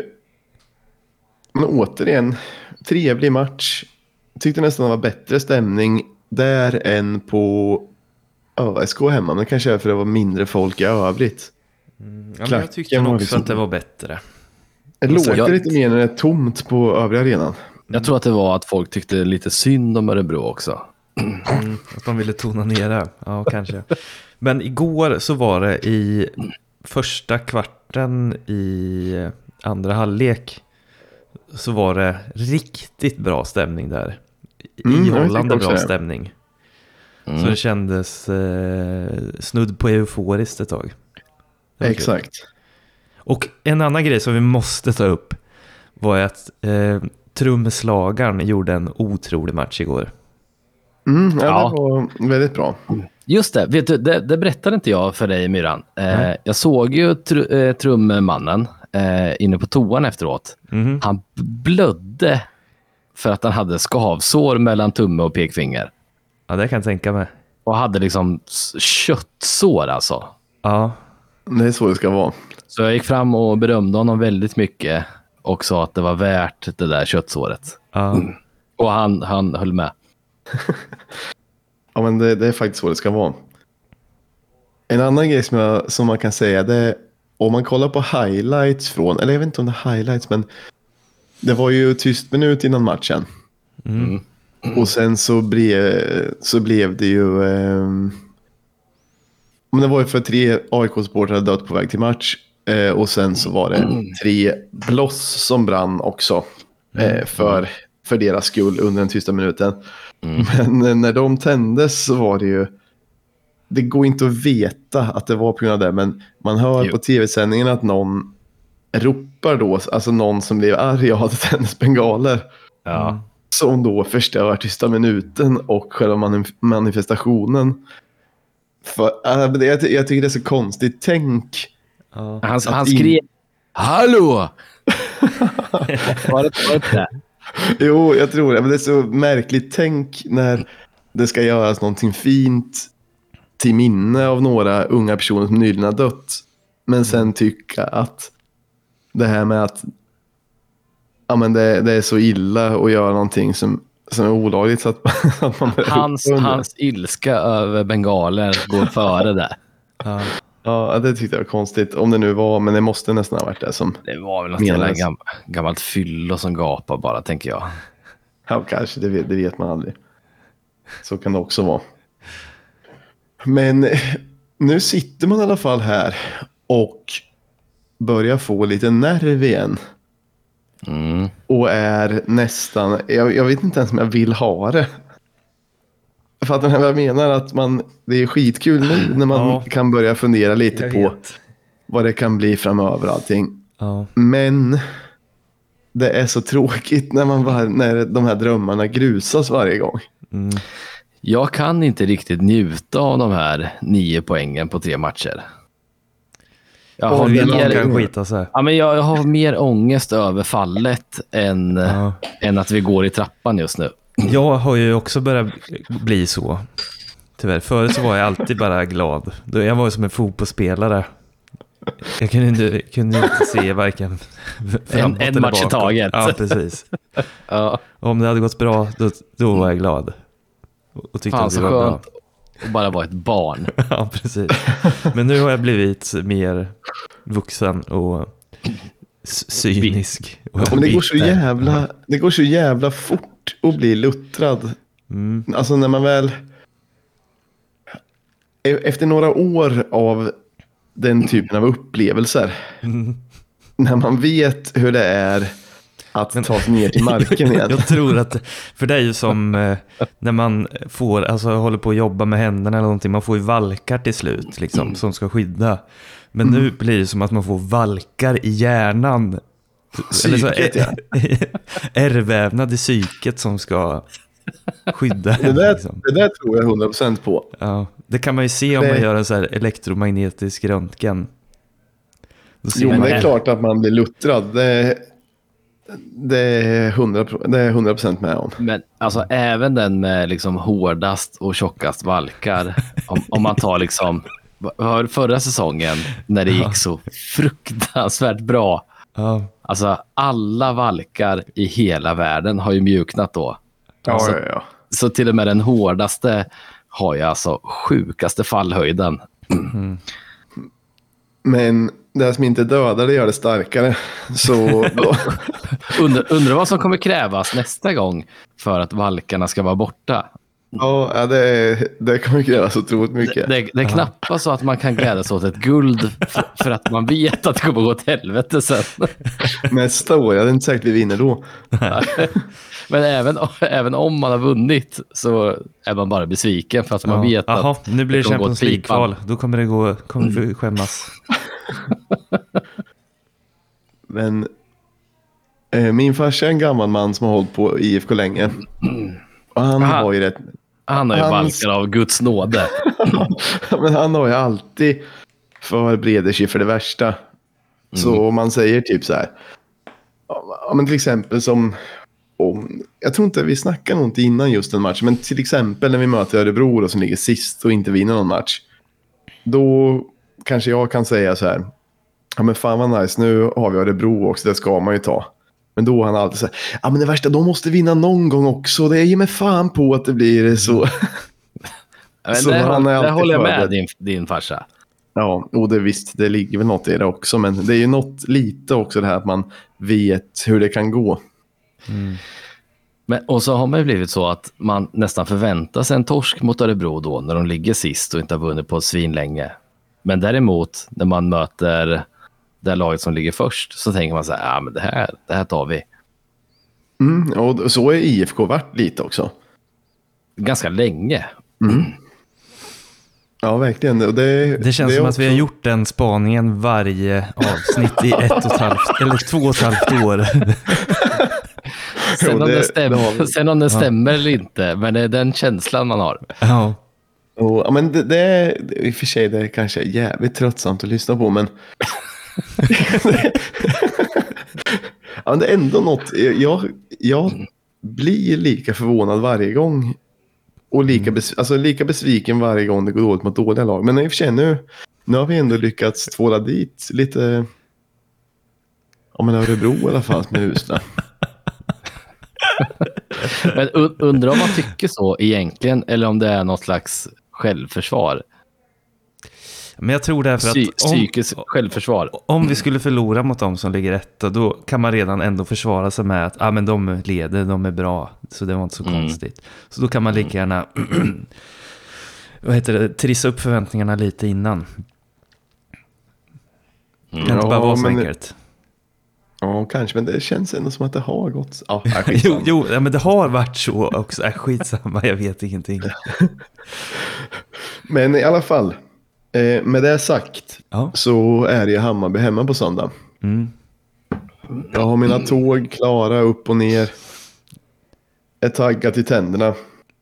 men återigen, trevlig match. Tyckte nästan det var bättre stämning där än på ÖSK hemma. Men kanske är för att det var mindre folk i övrigt. Ja, men jag Klacken tyckte var nog liksom- också att det var bättre. Det låter jag- lite mer när det är tomt på övriga arenan. Jag tror att det var att folk tyckte lite synd om Örebro också. Mm, att man ville tona ner det. Ja, kanske. Men igår så var det i första kvarten i andra halvlek så var det riktigt bra stämning där. Mm, jag Ihållande tycker också bra det. stämning. Mm. Så det kändes eh, snudd på euforiskt ett tag. Det var kul. Exakt. Och en annan grej som vi måste ta upp var att eh, trumslagaren gjorde en otrolig match igår. Mm, ja, Ja. det var väldigt bra. Just det, vet du, det, det berättade inte jag för dig Myran. Eh, Nej. jag såg ju tr- eh, trummannen eh, inne på toan efteråt. Mhm. Han blödde för att han hade skavsår mellan tumme och pekfinger. Ja, det kan jag tänka mig. Och hade liksom s- köttsår alltså. Ja, Det är så det ska vara. Så jag gick fram och berömde honom väldigt mycket och sa att det var värt det där köttsåret. ja. Och han, han höll med. Ja, men det, det är faktiskt så det ska vara. En annan grej som, jag, som man kan säga det är om man kollar på highlights från, eller jag vet inte om det är highlights, men det var ju tyst minut innan matchen. Mm. Och sen så blev, så blev det ju... Eh, men det var ju för tre A I K-supportrar dött på väg till match. Eh, och sen så var det tre bloss som brann också. Eh, för, för deras skull under den tysta minuten. Men eh, när de tändes så var det ju... Det går inte att veta att det var på grund av det. Men man hör Jo. på tv-sändningen att någon ropar då. Alltså någon som blev arg och hade tändes bengaler. Ja. Som då förstör tysta minuten och själva manif- manifestationen. För, äh, men det, jag, ty- jag tycker det är så konstigt. Tänk. Ja. Han, Att han in- skrev Hallå! var det, var det det? Jo, jag tror det. Men det är så märkligt. Tänk när det ska göras någonting fint till minne av några unga personer som nyligen har dött. Men sen tycka att det här med att ja, men det, det är så illa att göra någonting som, som är olagligt så att, att man börjar Hans, undra. hans ilska över bengaler går före det. Ja. Ja, det tyckte jag var konstigt. Om det nu var, men det måste nästan ha varit det som... Det var väl något Menas. jävla gam, gammalt fyllo som gapar bara, tänker jag. Ja, kanske. Det vet, det vet man aldrig. Så kan det också vara. Men nu sitter man i alla fall här och börjar få lite nerv igen. Mm. Och är nästan... Jag, jag vet inte ens om jag vill ha det. Fattar ni vad jag menar? Att man, det är skitkul nu när man Ja. kan börja fundera lite Jag på vet. vad det kan bli framöver och allting. Ja. Men det är så tråkigt när, man bara, när de här drömmarna grusas varje gång. Mm. Jag kan inte riktigt njuta av de här nio poängen på tre matcher. Jag har, Och det är De mer, kan skita sig. ja, men jag, jag har mer ångest över fallet än, Ja. än att vi går i trappan just nu. Jag har ju också börjat bli så. Tyvärr. Förut så var jag alltid bara glad. Då jag var som en fotbollsspelare. Jag kunde inte, kunde inte se varken framåt en eller match i bakåt. taget. Ja, precis. Ja, Och om det hade gått bra, då, då var jag glad. Och tyckte fan att det så var bra. skönt att bara vara ett barn. Ja, precis. Men nu har jag blivit mer vuxen och c- cynisk. Och Och det går så bitter. jävla, det går så jävla fort att bli luttrad. Mm. Alltså när man väl... Efter några år av den typen av upplevelser. Mm. När man vet hur det är att ta sig ner till marken igen. Jag tror att, för det är ju som eh, när man får, alltså håller på att jobba med händerna eller någonting, man får ju valkar till slut liksom, som ska skydda. Men nu blir det som att man får valkar i hjärnan. Eller så Psyket, ja. ärrvävnad i psyket som ska skydda Det en, där, liksom. det där tror jag hundra procent på. Ja, det kan man ju se om Det- man gör en så här elektromagnetisk röntgen. Då ser Jo, men man det är klart att man blir luttrad. Det, det är hundra procent det är hundra procent med om. Men alltså även den med liksom hårdast och tjockast valkar. Om, om man tar liksom hör förra säsongen när det gick så fruktansvärt bra. Ja, Alltså alla valkar i hela världen har ju mjuknat då. Ja, Alltså, ja, ja. Så till och med den hårdaste har ju alltså sjukaste fallhöjden. Men det som inte dödar det gör det starkare. Så då, Undrar undra vad som kommer krävas nästa gång för att valkarna ska vara borta. ja, det, det kommer krävas otroligt mycket. Det, det är knappast så att man kan glädjas åt ett guld för, för att man vet att det kommer gå åt helvete sen. Nästa år, jag är inte säkert vi vinner då. Men även, även om man har vunnit så är man bara besviken för att man ja. vet Aha, att nu blir det kommer gå Champions åt pipan. League-kval. Då kommer det gå, kommer vi skämmas. Men eh, min farsa är en gammal man som har hållit på I F K länge. Och han Aha. har ju rätt... han har ju Hans- valkar av Guds nåde. Men han har ju alltid förbereder sig för det värsta. Så om man säger typ så här. Ja, men till exempel som... Om, jag tror inte vi snackar någonting innan just en match. Men till exempel när vi möter Örebro då, som ligger sist och inte vinner någon match. Då kanske jag kan säga så här. Ja men fan vad nice, nu har vi Örebro också, det ska man ju ta. Men då har han alltid så här. Ja men det värsta, de måste vinna någon gång också. Det är ju med fan på att det blir så. Men Så det, han är det alltid håller jag med förberedd. din, din farsa. Ja, och det visst, det ligger väl något i det också. Men det är ju något lite också det här att man vet hur det kan gå. Men, och så har man ju blivit så att man nästan förväntar sig en torsk mot Örebro då när de ligger sist och inte har vunnit på svin länge. Men däremot när man möter det laget som ligger först så tänker man så här, ja men det här, det här tar vi. Mm, och så är I F K varit lite också. Ganska länge. Ja, verkligen. Och det, Det känns är som också... att vi har gjort den spaningen varje avsnitt i ett och ett halvt, eller två och ett halvt år. Sen Jo, om det- det stämmer, sen om det stämmer eller inte, men det är den känslan man har. Ja, Och, ja, men det, det är i och för sig det är kanske är jävligt tröttsamt att lyssna på, men ja, men det är ändå något. Jag, jag blir lika förvånad varje gång och lika, bes, alltså, lika besviken varje gång det går dåligt mot dåliga lag. Men i och för sig nu, nu har vi ändå lyckats tvåla dit lite, ja men Örebro i alla fall med usla. Men un- undrar om man tycker så egentligen eller om det är något slags självförsvar. Men jag tror därför Psy- att om, psykiskt självförsvar. om vi skulle förlora mot dem som ligger etta, då kan man redan ändå försvara sig med att ah, men de leder, de är bra, så det var inte så Mm. konstigt. Så då kan man lika gärna vad heter det, trissa upp förväntningarna lite innan. Mm. Kan inte Ja, bara vara så men- enkelt. Ja, kanske, men det känns ändå som att det har gått. Ja, äh, Jo, skitsamma. jo ja, men det har varit så också. Äh, skitsamma, jag vet ingenting. Men i alla fall, eh, med det sagt Ja. så är det Hammarby hemma på söndag. Mm. Jag har mina tåg klara upp och ner. Är taggad till tänderna.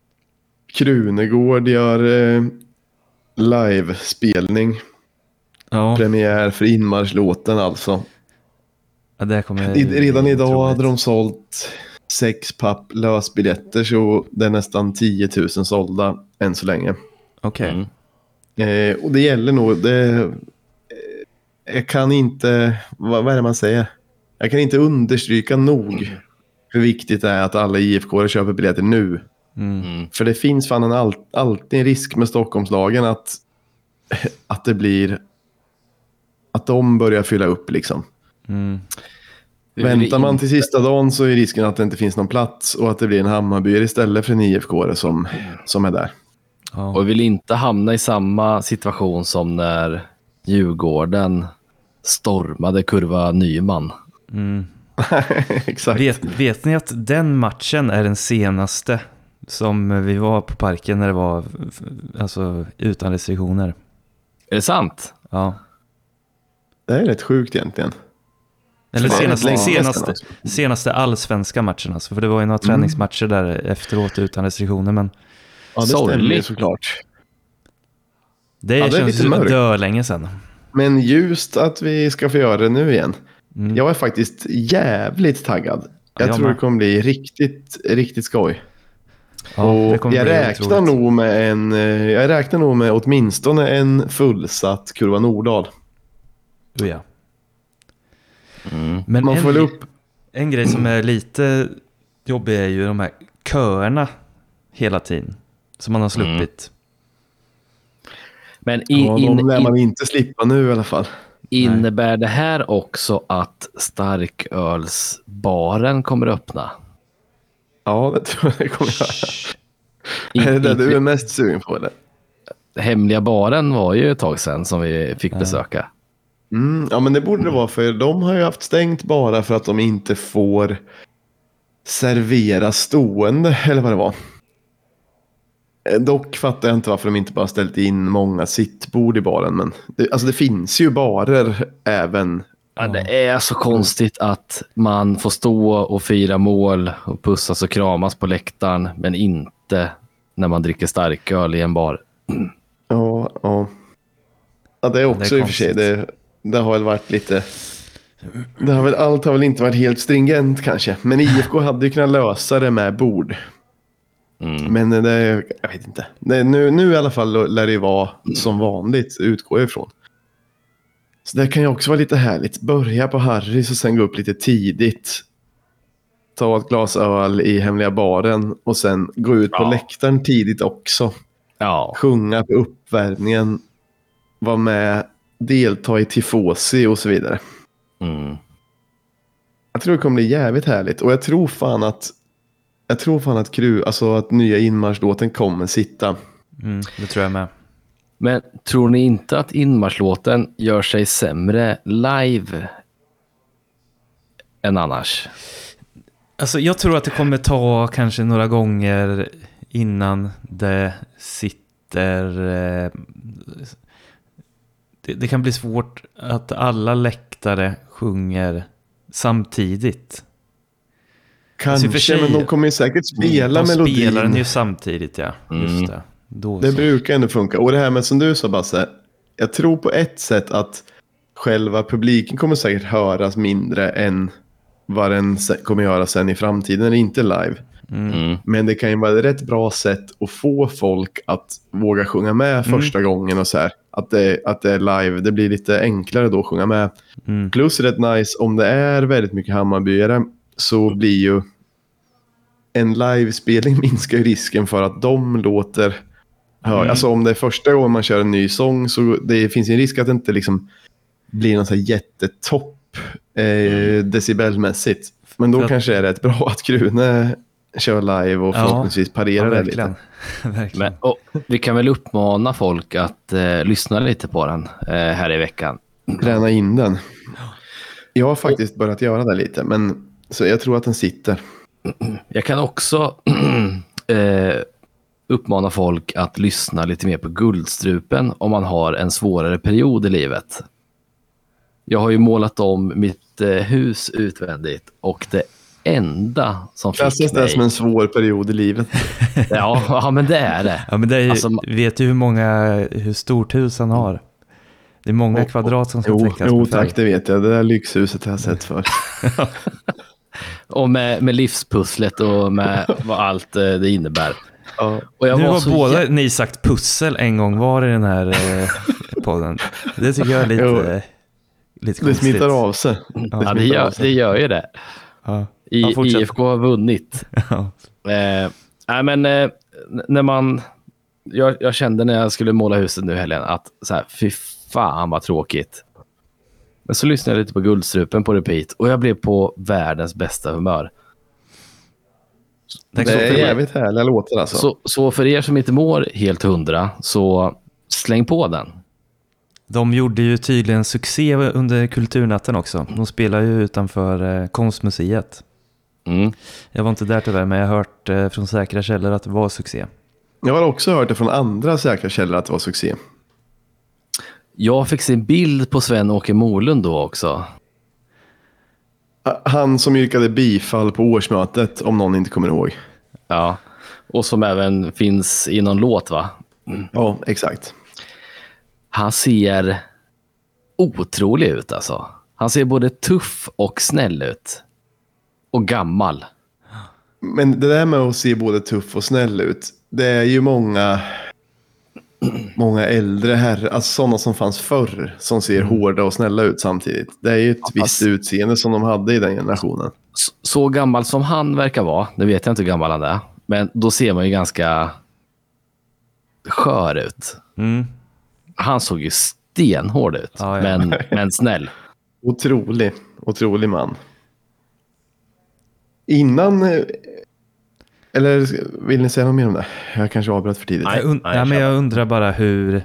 Krunegård gör eh, livespelning. Ja, Premiär för inmarschlåten alltså. ja, det kommer I, redan idag otroligt. hade de sålt sex papp lösbiljetter, så det är nästan tio tusen sålda än så länge. Okej. Mm. Eh, och det gäller nog, det, eh, jag kan inte, vad, vad är det man säger? Jag kan inte understryka nog hur viktigt det är att alla I F K köper biljetter nu. Mm. Mm. För det finns fan en all, alltid en risk med Stockholmslagen att, att det blir, att de börjar fylla upp liksom. Mm. Vi vill Väntar man in- till sista dagen så är risken att det inte finns någon plats och att det blir en Hammarby istället för en I F K som, som är där. Ja. Och vi vill inte hamna i samma situation som när Djurgården stormade kurva Nyman. Mm. Exakt. Vet, vet ni att den matchen är den senaste som vi var på parken när det var alltså utan restriktioner? Är det sant? Ja. Det är rätt sjukt egentligen. Eller För det är senaste, länge sedan senaste, också. senaste allsvenska matchen alltså, för det var ju några träningsmatcher där efteråt utan restriktioner, men Ja, det stämmer ju Sorgligt. såklart. det Ja, det är känns lite ju mörkt. dö länge sedan. Men just att vi ska få göra det nu igen. Mm. Jag är faktiskt jävligt taggad. Jag jag tror med. det kommer bli riktigt, riktigt skoj. Ja, och det kommer jag bli räknar otroligt. nog med en, eh, jag räknar nog med åtminstone en fullsatt Kurva Nordahl. Oh, ja. Mm. Men Man en, får väl upp, en grej som är lite jobbig är ju de här köerna hela tiden som man har sluppit. Men i, ja, in, de lär in, man inte slippa nu i alla fall. innebär det här också att starkölsbaren kommer öppna? Ja, det tror jag det kommer göra. I, Är det det du i, är mest sugen på eller? hemliga baren var ju ett tag sedan som vi fick besöka. Mm, ja, men det borde det vara, för de har ju haft stängt bara för att de inte får servera stående, eller vad det var. Eh, Dock fattar jag inte varför de inte bara ställt in många sittbord i baren, men det, alltså det finns ju barer även. Ja, det är så konstigt att man får stå och fira mål och pussas och kramas på läktaren, men inte när man dricker starköl i en bar. Ja, ja. Ja, det är också Det är i och för sig, konstigt. det, det har väl varit lite, det har väl, allt har väl inte varit helt stringent kanske, men I F K hade ju kunnat lösa det med bord. Mm. Men det, jag vet inte. Det, nu, nu i alla fall lär det ju vara som vanligt, utgår jag ifrån. Så det kan ju också vara lite härligt. Börja på Harrys och sen gå upp lite tidigt. Ta ett glas öl i hemliga baren och sen gå ut på Ja. läktaren tidigt också. Ja, Sjunga på uppvärmningen. Vara med, delta i tifosi och så vidare. mm. Jag tror det kommer bli jävligt härligt. Och jag tror fan att jag tror fan att, kru, alltså att nya inmarschlåten kommer sitta. Mm, det tror jag med. Men tror ni inte att inmarschlåten gör sig sämre live än annars? Alltså jag tror att det kommer ta kanske några gånger innan det sitter... Eh, det, det kan bli svårt att alla läktare sjunger samtidigt. Kanske, i och för sig- men de kommer ju säkert spela De melodin. spelar den ju samtidigt, ja. Just Mm. det. Då Det så. brukar ändå funka. Och det här med som du sa, Basse. Jag tror på ett sätt att själva publiken kommer säkert höras mindre än vad den se- kommer göra sen i framtiden eller inte live. Mm. Men det kan ju vara ett rätt bra sätt att få folk att våga sjunga med första gången och så här. Att det, att det är live. Det blir lite enklare då att sjunga med. Mm. Plus rätt nice, om det är väldigt mycket Hammarbyare så blir ju en livespelning minskar ju risken för att de låter hör. Mm. Alltså om det är första gången man kör en ny sång så det finns en risk att det inte liksom blir någon så här jättetopp eh, decibelmässigt. Men då För att- kanske är det rätt bra att Krune kör live och Ja. förhoppningsvis parerar Ja, det verkligen. lite. verkligen. Men, och, vi kan väl uppmana folk att eh, lyssna lite på den eh, här i veckan. Träna in den. Jag har faktiskt börjat göra det lite, men så jag tror att den sitter. Jag kan också eh, uppmana folk att lyssna lite mer på Guldstrupen om man har en svårare period i livet. Jag har ju målat om mitt eh, hus utvändigt och det enda som Klassas fick det mig... som en svår period i livet? Ja, ja, men det är det. Ja, men det är ju, Alltså, vet du hur många, hur stort hus han har? Det är många Oh, kvadrat som ska Jo, täckas jo med färg. tack, det vet jag. Det där lyxhuset har jag sett för. Och med, med livspusslet och med vad allt eh, det innebär. Ja. Och jag Nu var har så båda jä- ni sagt pussel en gång var i den här eh, podden. Det tycker jag är lite, Jo. eh, lite Det konstigt. smittar av sig. Ja, Det det smittar av gör, sig. det gör ju det. Ja. I, Ja, fortsätt. I F K har vunnit. Ja. Eh, nej, men eh, n- när man... Jag, jag kände när jag skulle måla huset nu i helgen att så här, fy fan vad tråkigt. Men så lyssnade jag lite på Guldstrupen på repeat och jag blev på världens bästa humör. Tack Det så är mycket. jävligt härliga låtar alltså. Så, så för er som inte mår helt hundra, så släng på den. De gjorde ju tydligen succé under kulturnatten också. De spelar ju utanför eh, Konstmuseet. Mm. Jag var inte där tyvärr, men jag har hört eh, från säkra källor att det var succé. Jag har också hört det från andra säkra källor att det var succé. Jag fick se en bild på Sven-Åke Molund då också. Han som yrkade bifall på årsmötet, om någon inte kommer ihåg. Ja. Och som även finns i någon låt, va? Ja, exakt. Han ser otrolig ut alltså. Han ser både tuff och snäll ut. Och gammal. Men det där med att se både tuff och snäll ut, det är ju många många äldre herrar, alltså sådana som fanns förr, som ser hårda och snälla ut samtidigt. Det är ju ett Ja, visst fast- utseende som de hade i den generationen. Så, så gammal som han verkar vara, det vet jag inte hur gammal han är. Men då ser man ju ganska skör ut. Mm. Han såg ju stenhård ut, Ja, ja. Men, men snäll. Otrolig, otrolig man. Innan, eh, eller vill ni säga något mer om det? Jag kanske avbröt för tidigt. Nej. Jag, und- nej, ja, men kör. jag undrar bara hur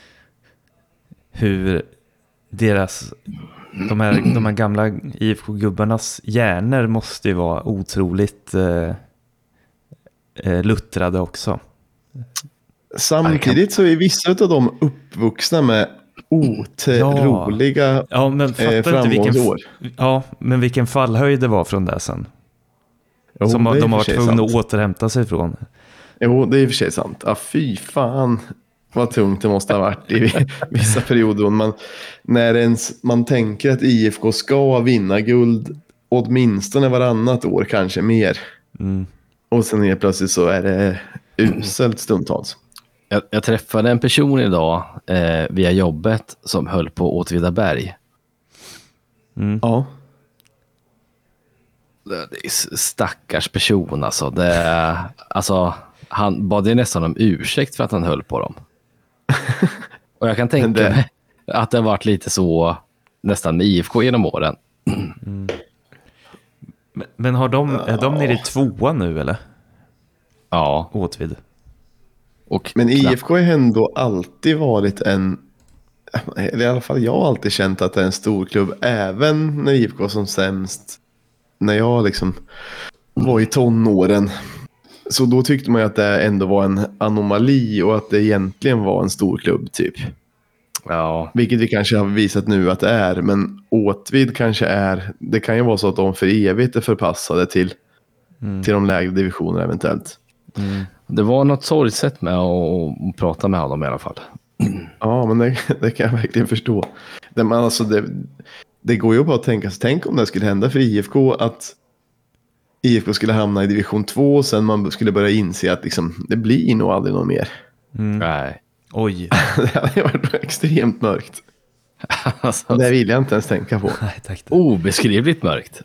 hur deras de här, de här gamla I F K-gubbarnas hjärnor måste ju vara otroligt eh, eh, luttrade också. Samtidigt så är vissa av dem uppvuxna med otroliga Ja, men eh, fattar inte vilken, framgångsår. ja, men vilken fallhöjd det var från det sen. Jo, som det är i de och har för varit sig tvungna sant. att återhämta sig från. Jo, det är i och för sig sant. Ja, fy fan vad tungt det måste ha varit i vissa perioder. Man, när ens, man tänker att I F K ska vinna guld åtminstone varannat år, kanske mer. Mm. Och sen helt plötsligt så är det uselt stundtals. Jag, jag träffade en person idag eh, via jobbet som höll på Åtvidaberg. Mm. Ja, Det är s- stackars person alltså. Det, är- alltså han bad ju nästan om ursäkt för att han höll på dem. Och jag kan tänka Men det- mig att det har varit lite så nästan med I F K genom åren. Men, men har de, är de nere i tvåan nu eller? Ja. Åtvid. Och men knappt- I F K har ändå alltid varit en, eller i alla fall jag har alltid känt att det är en stor klubb, även när I F K var som sämst, när jag liksom var i tonåren. Så då tyckte man ju att det ändå var en anomali och att det egentligen var en stor klubb typ. Ja. Vilket vi kanske har visat nu att det är, men Åtvid kanske är, det kan ju vara så att de för evigt är förpassade till, Mm. till de lägre divisionerna eventuellt. Mm. Det var något sorgset med att, att prata med honom i alla fall. Ja, men det, det kan jag verkligen förstå. Det, man, alltså, det, det går ju bara att tänka sig, tänk om det skulle hända för I F K att I F K skulle hamna i division två och sen man skulle börja inse att liksom, det blir nog aldrig någon mer. Mm. Nej. Oj. Det hade varit extremt mörkt. Alltså, Det vill jag inte ens tänka på. Nej, tack. obeskrivligt mörkt.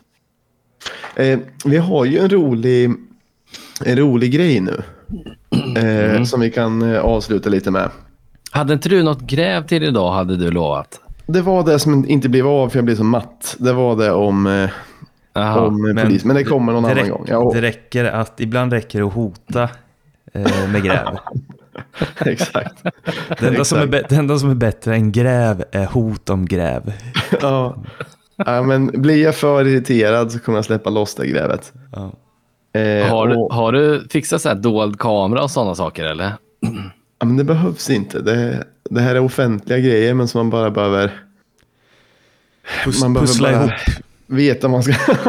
Eh, vi har ju en rolig, en rolig grej nu. eh, Mm. som vi kan eh, avsluta lite med. Hade inte du något gräv till idag, hade du lovat? Det var det som inte blev av för jag blev så matt. Det var det om, eh, Jaha. om eh, polis. Men det kommer någon det annan räck- gång. Ja, Det räcker att, ibland räcker det att hota eh, med gräv. exakt. Det enda, som är be- det enda som är bättre än gräv är hot om gräv. Ja. Ja, men blir jag för irriterad så kommer jag släppa loss det grävet. Ja. Eh, Har, du, och, har du fixat så här dold kamera och sådana saker eller? ja, men det behövs inte. Det, det här är offentliga grejer men som man bara behöver... Pus- man behöver pussla bara ihop. veta man ska...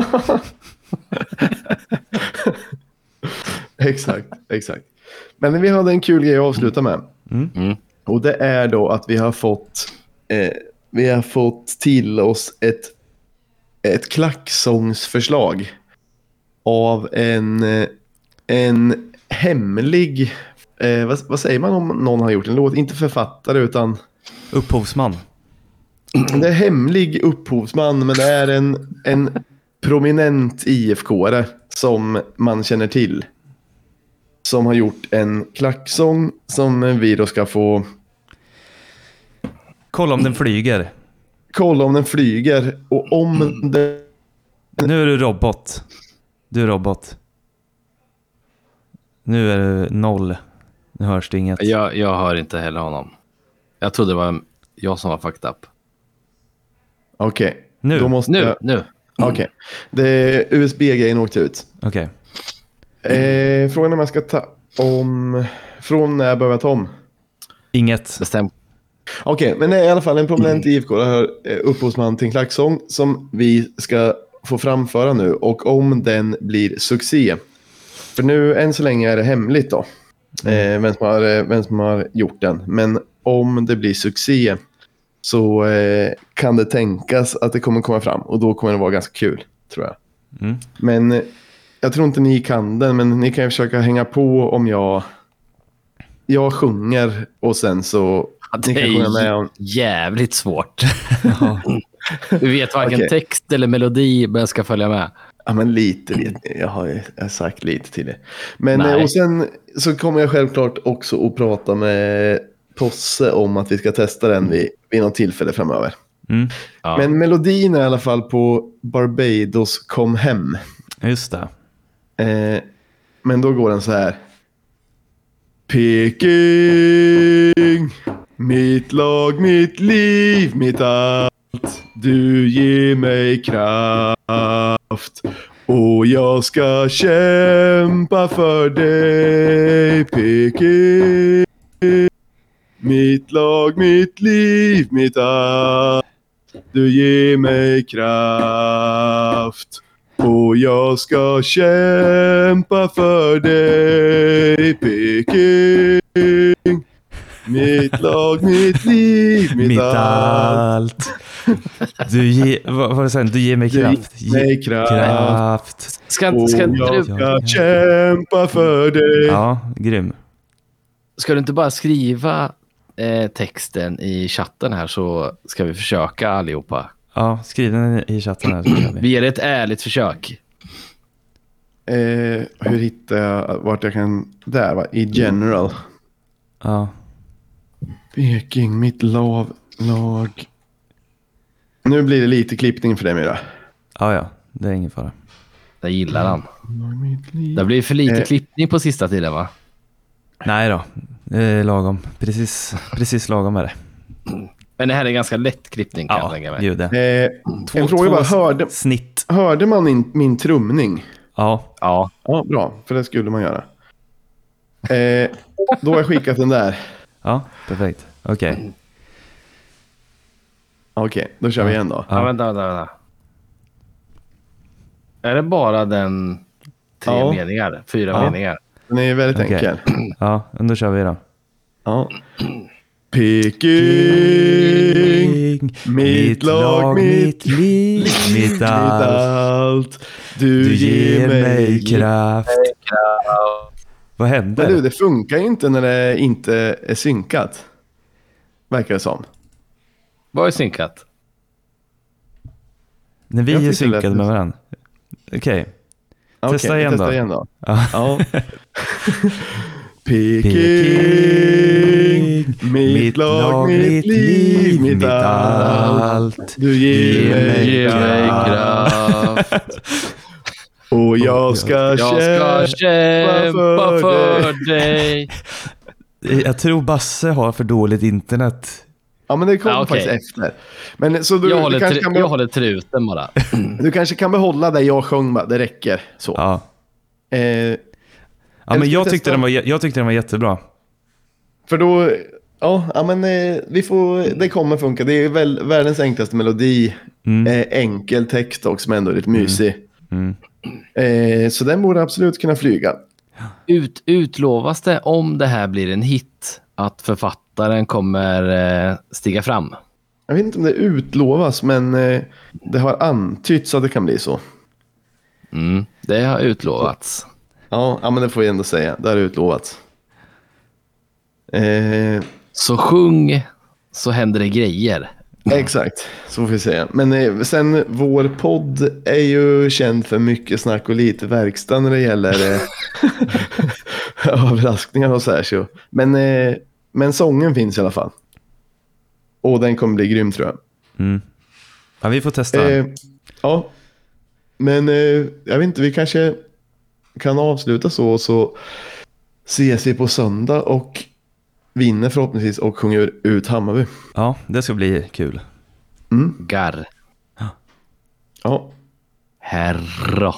exakt, exakt. Men vi hade en kul grej att avsluta med. Mm. Och det är då att vi har fått eh, vi har fått till oss ett, ett klacksångsförslag av en, eh, en hemlig, eh, vad, vad säger man om någon har gjort en låt? Inte författare utan Upphovsman. det är hemlig upphovsman, men det är en, en prominent I F K-are som man känner till. Som har gjort en klacksång som vi då ska få Kolla om den flyger. kolla om den flyger och om den... Nu är du robot. Du är robot. Nu är det noll. Nu hörs det inget. Jag, jag hör inte heller honom. Jag trodde det var jag som var fucked up. Okej, Nu. då måste Nu, jag... nu. Okej, det är U S B-grejen åkte ut. Okej. Eh, frågan är om jag ska ta om... Från när jag behöver ta om. Inget. Bestäm. Okej, men det är i alla fall en prominent I F K, det här eh, upphovsman till en klacksång som vi ska få framföra nu. Och om den blir succé. För nu, än så länge är det hemligt då. Eh, vem, som har, eh, vem som har gjort den. Men om det blir succé så eh, kan det tänkas att det kommer komma fram. Och då kommer det vara ganska kul, tror jag. Mm. Men eh, jag tror inte ni kan den, men ni kan ju försöka hänga på om jag... Jag sjunger och sen så... Det ni kan sjunga med är om... jävligt svårt. Ja. Du vet varken Okej. text eller melodi, men jag ska följa med. Ja, men lite vet ni. Jag har ju jag har sagt lite till det. Men Nej. eh, och sen så kommer jag självklart också att prata med Posse om att vi ska testa den vid, vid något tillfälle framöver. Mm. Ja. Men melodin är i alla fall på Barbados kom hem. Just det. Eh, men då går den så här. Peking, mitt lag, mitt liv, mitt allt. Du ger mig kraft och jag ska kämpa för dig. Peking, mitt lag, mitt liv, mitt allt. Du ger mig kraft och jag ska kämpa för dig. Peking, mitt lag, mitt liv, mitt, Mitt allt. allt. Du ger, vad var det sen? Du ger mig Du kraft. ger mig kraft. kraft. Ska, Och ska, inte jag du, ska kämpa för dig. Ja, grym. ska du inte bara skriva eh, texten i chatten här, så ska vi försöka allihopa. Ja, skriv den i chatten här så kör vi. Vi ger ett ärligt försök. Eh, hur hittar jag vart jag kan... Där va? I general. Ja. Peking, mitt lav, lag. Nu blir det lite klippning för dig, Myra. Ja, ja. Det är ingen fara. Jag gillar han. Lag, mitt liv. Det blir för lite Eh. klippning på sista tiden, va? Nej då. Det är lagom. Precis, precis lagom är det. Men det här är ganska lätt klippning, kan jag Ja, tänka mig. gud det. Eh, Två- en fråga två bara. Hörde, Snitt. hörde man min, min trumning? Ja. Ja. Ja, bra. För det skulle man göra. Eh, då har jag skickat den där. Ja, perfekt. Okej. Okej, då kör vi igen då. Ja, vänta, vänta, vänta. Är det bara den tre Ja. meningar? Fyra Ja. meningar? Den är väldigt Okej. enkel. Ja, men då kör vi då. Ja. Peking, mitt lag, mitt liv, mitt mitt allt. allt. Du, Du ger mig kraft. kraft. Vad Men du, händer? det funkar ju inte när det inte är synkat. Verkar det som. Vad är synkat? När vi Jag är tyckte det lät synkade med lite- varandra. Okej. Okej, Testa vi igen testar då. igen då. Ja. Ja. Peking, mitt lag, mitt liv, mitt allt. Du ger mig Ge mig kraft. kraft. Och jag ska Jag ska kämpa för för dig. Jag tror Basse har för dåligt internet. Ja, men det kommer Ja, okej. faktiskt efter. Men så du, Jag du, håller, kanske tr- kan, jag håller truten bara. du kanske kan behålla det jag sjöng med. Det räcker. Så. Ja, Eh, ja ska men vi jag testa? tyckte, den var, jag tyckte den var jättebra. för då... Ja, ja men eh, vi får, det kommer funka. Det är väl världens enklaste melodi. Mm. Eh, enkel text också, men ändå lite mysig. Mm. Eh, så den borde absolut kunna flyga. Ut, utlovas det om det här blir en hit att författaren kommer eh, stiga fram? Jag vet inte om det utlovas, men eh, det har antytts att det kan bli så. Mm, det har utlovats. Ja, ja men det får jag ändå säga. Det har utlovats. Eh, Så sjung så händer det grejer. exakt, så får vi säga. Men eh, sen, vår podd är ju känd för mycket snack och lite verkstad när det gäller eh, överraskningar och så här. Så. Men, eh, men sången finns i alla fall. Och den kommer bli grym, tror jag. Mm. Ja, vi får testa. Eh, ja, men eh, jag vet inte, vi kanske kan avsluta så och så ses vi på söndag och vinner förhoppningsvis och sjunger ut Hammarby. Ja, det ska bli kul. Garr. Ja, Herra.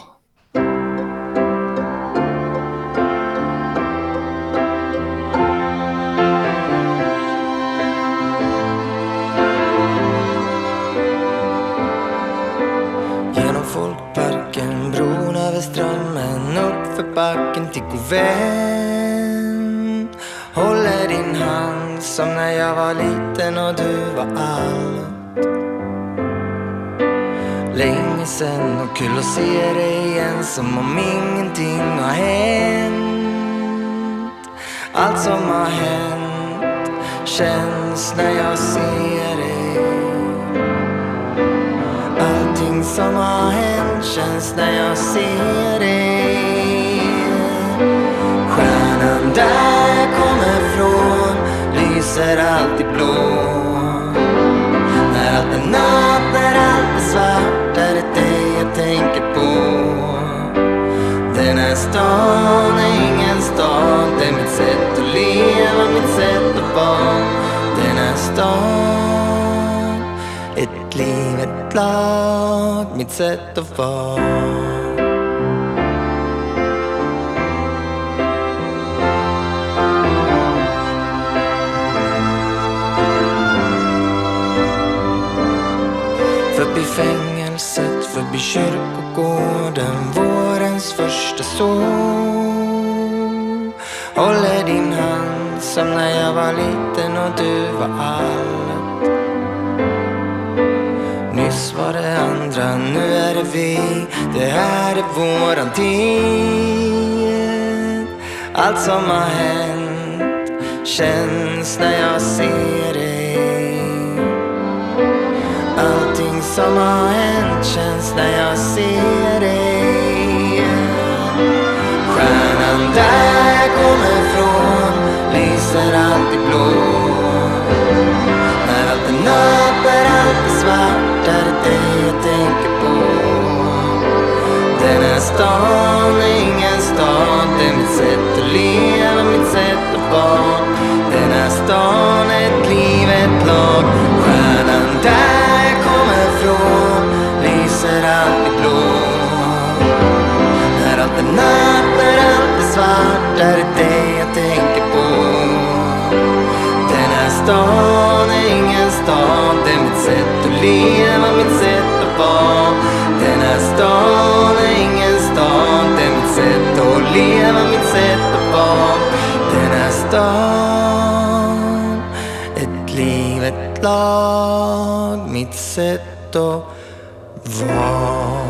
Genom folkparken, bron över strömmen, upp för backen till Govän. Håller din hand som när jag var liten och du var allt. Länge sen och kul att se dig igen, som om ingenting har hänt. Allt som har hänt känns när jag ser dig. Allting som har hänt känns när jag ser dig. Stjärnan där kommer från lyser alltid blå. När allt är natt, när allt är svart, är det dig jag tänker på. Den här stan är ingen stad, det är mitt sätt att leva, mitt sätt att vara. Den här stan, ett liv, ett lag, mitt sätt att vara. Förbi fängelset, förbi kyrkogården, vårens första sol. Håller din hand som när jag var liten och du var allt. Nyss var det andra, nu är det vi. Det här är våran tid. Allt som har hänt känns när jag ser dig. Allting som har hänt känns när jag ser dig. Stjärnan där kommer från lyser alltid blå. När allt är natt, när allt är svart, är det dig jag tänker på. Den här stan är ingen stad, det är mitt sätt att leva, mitt sätt att vara. Den här stan är ett liv, ett lag. Stjärnan där kommer från lyser alltid blå. När allt är natt, när allt är svart, är det dig jag tänker på. Den här stan är ingen stad, det är mitt sätt att leva, mitt sätt att vara. Den här stan är ingen stad, det är mitt sätt att leva, mitt sätt att vara. Den här stan, ett liv, ett lag, mitt sätt att vara.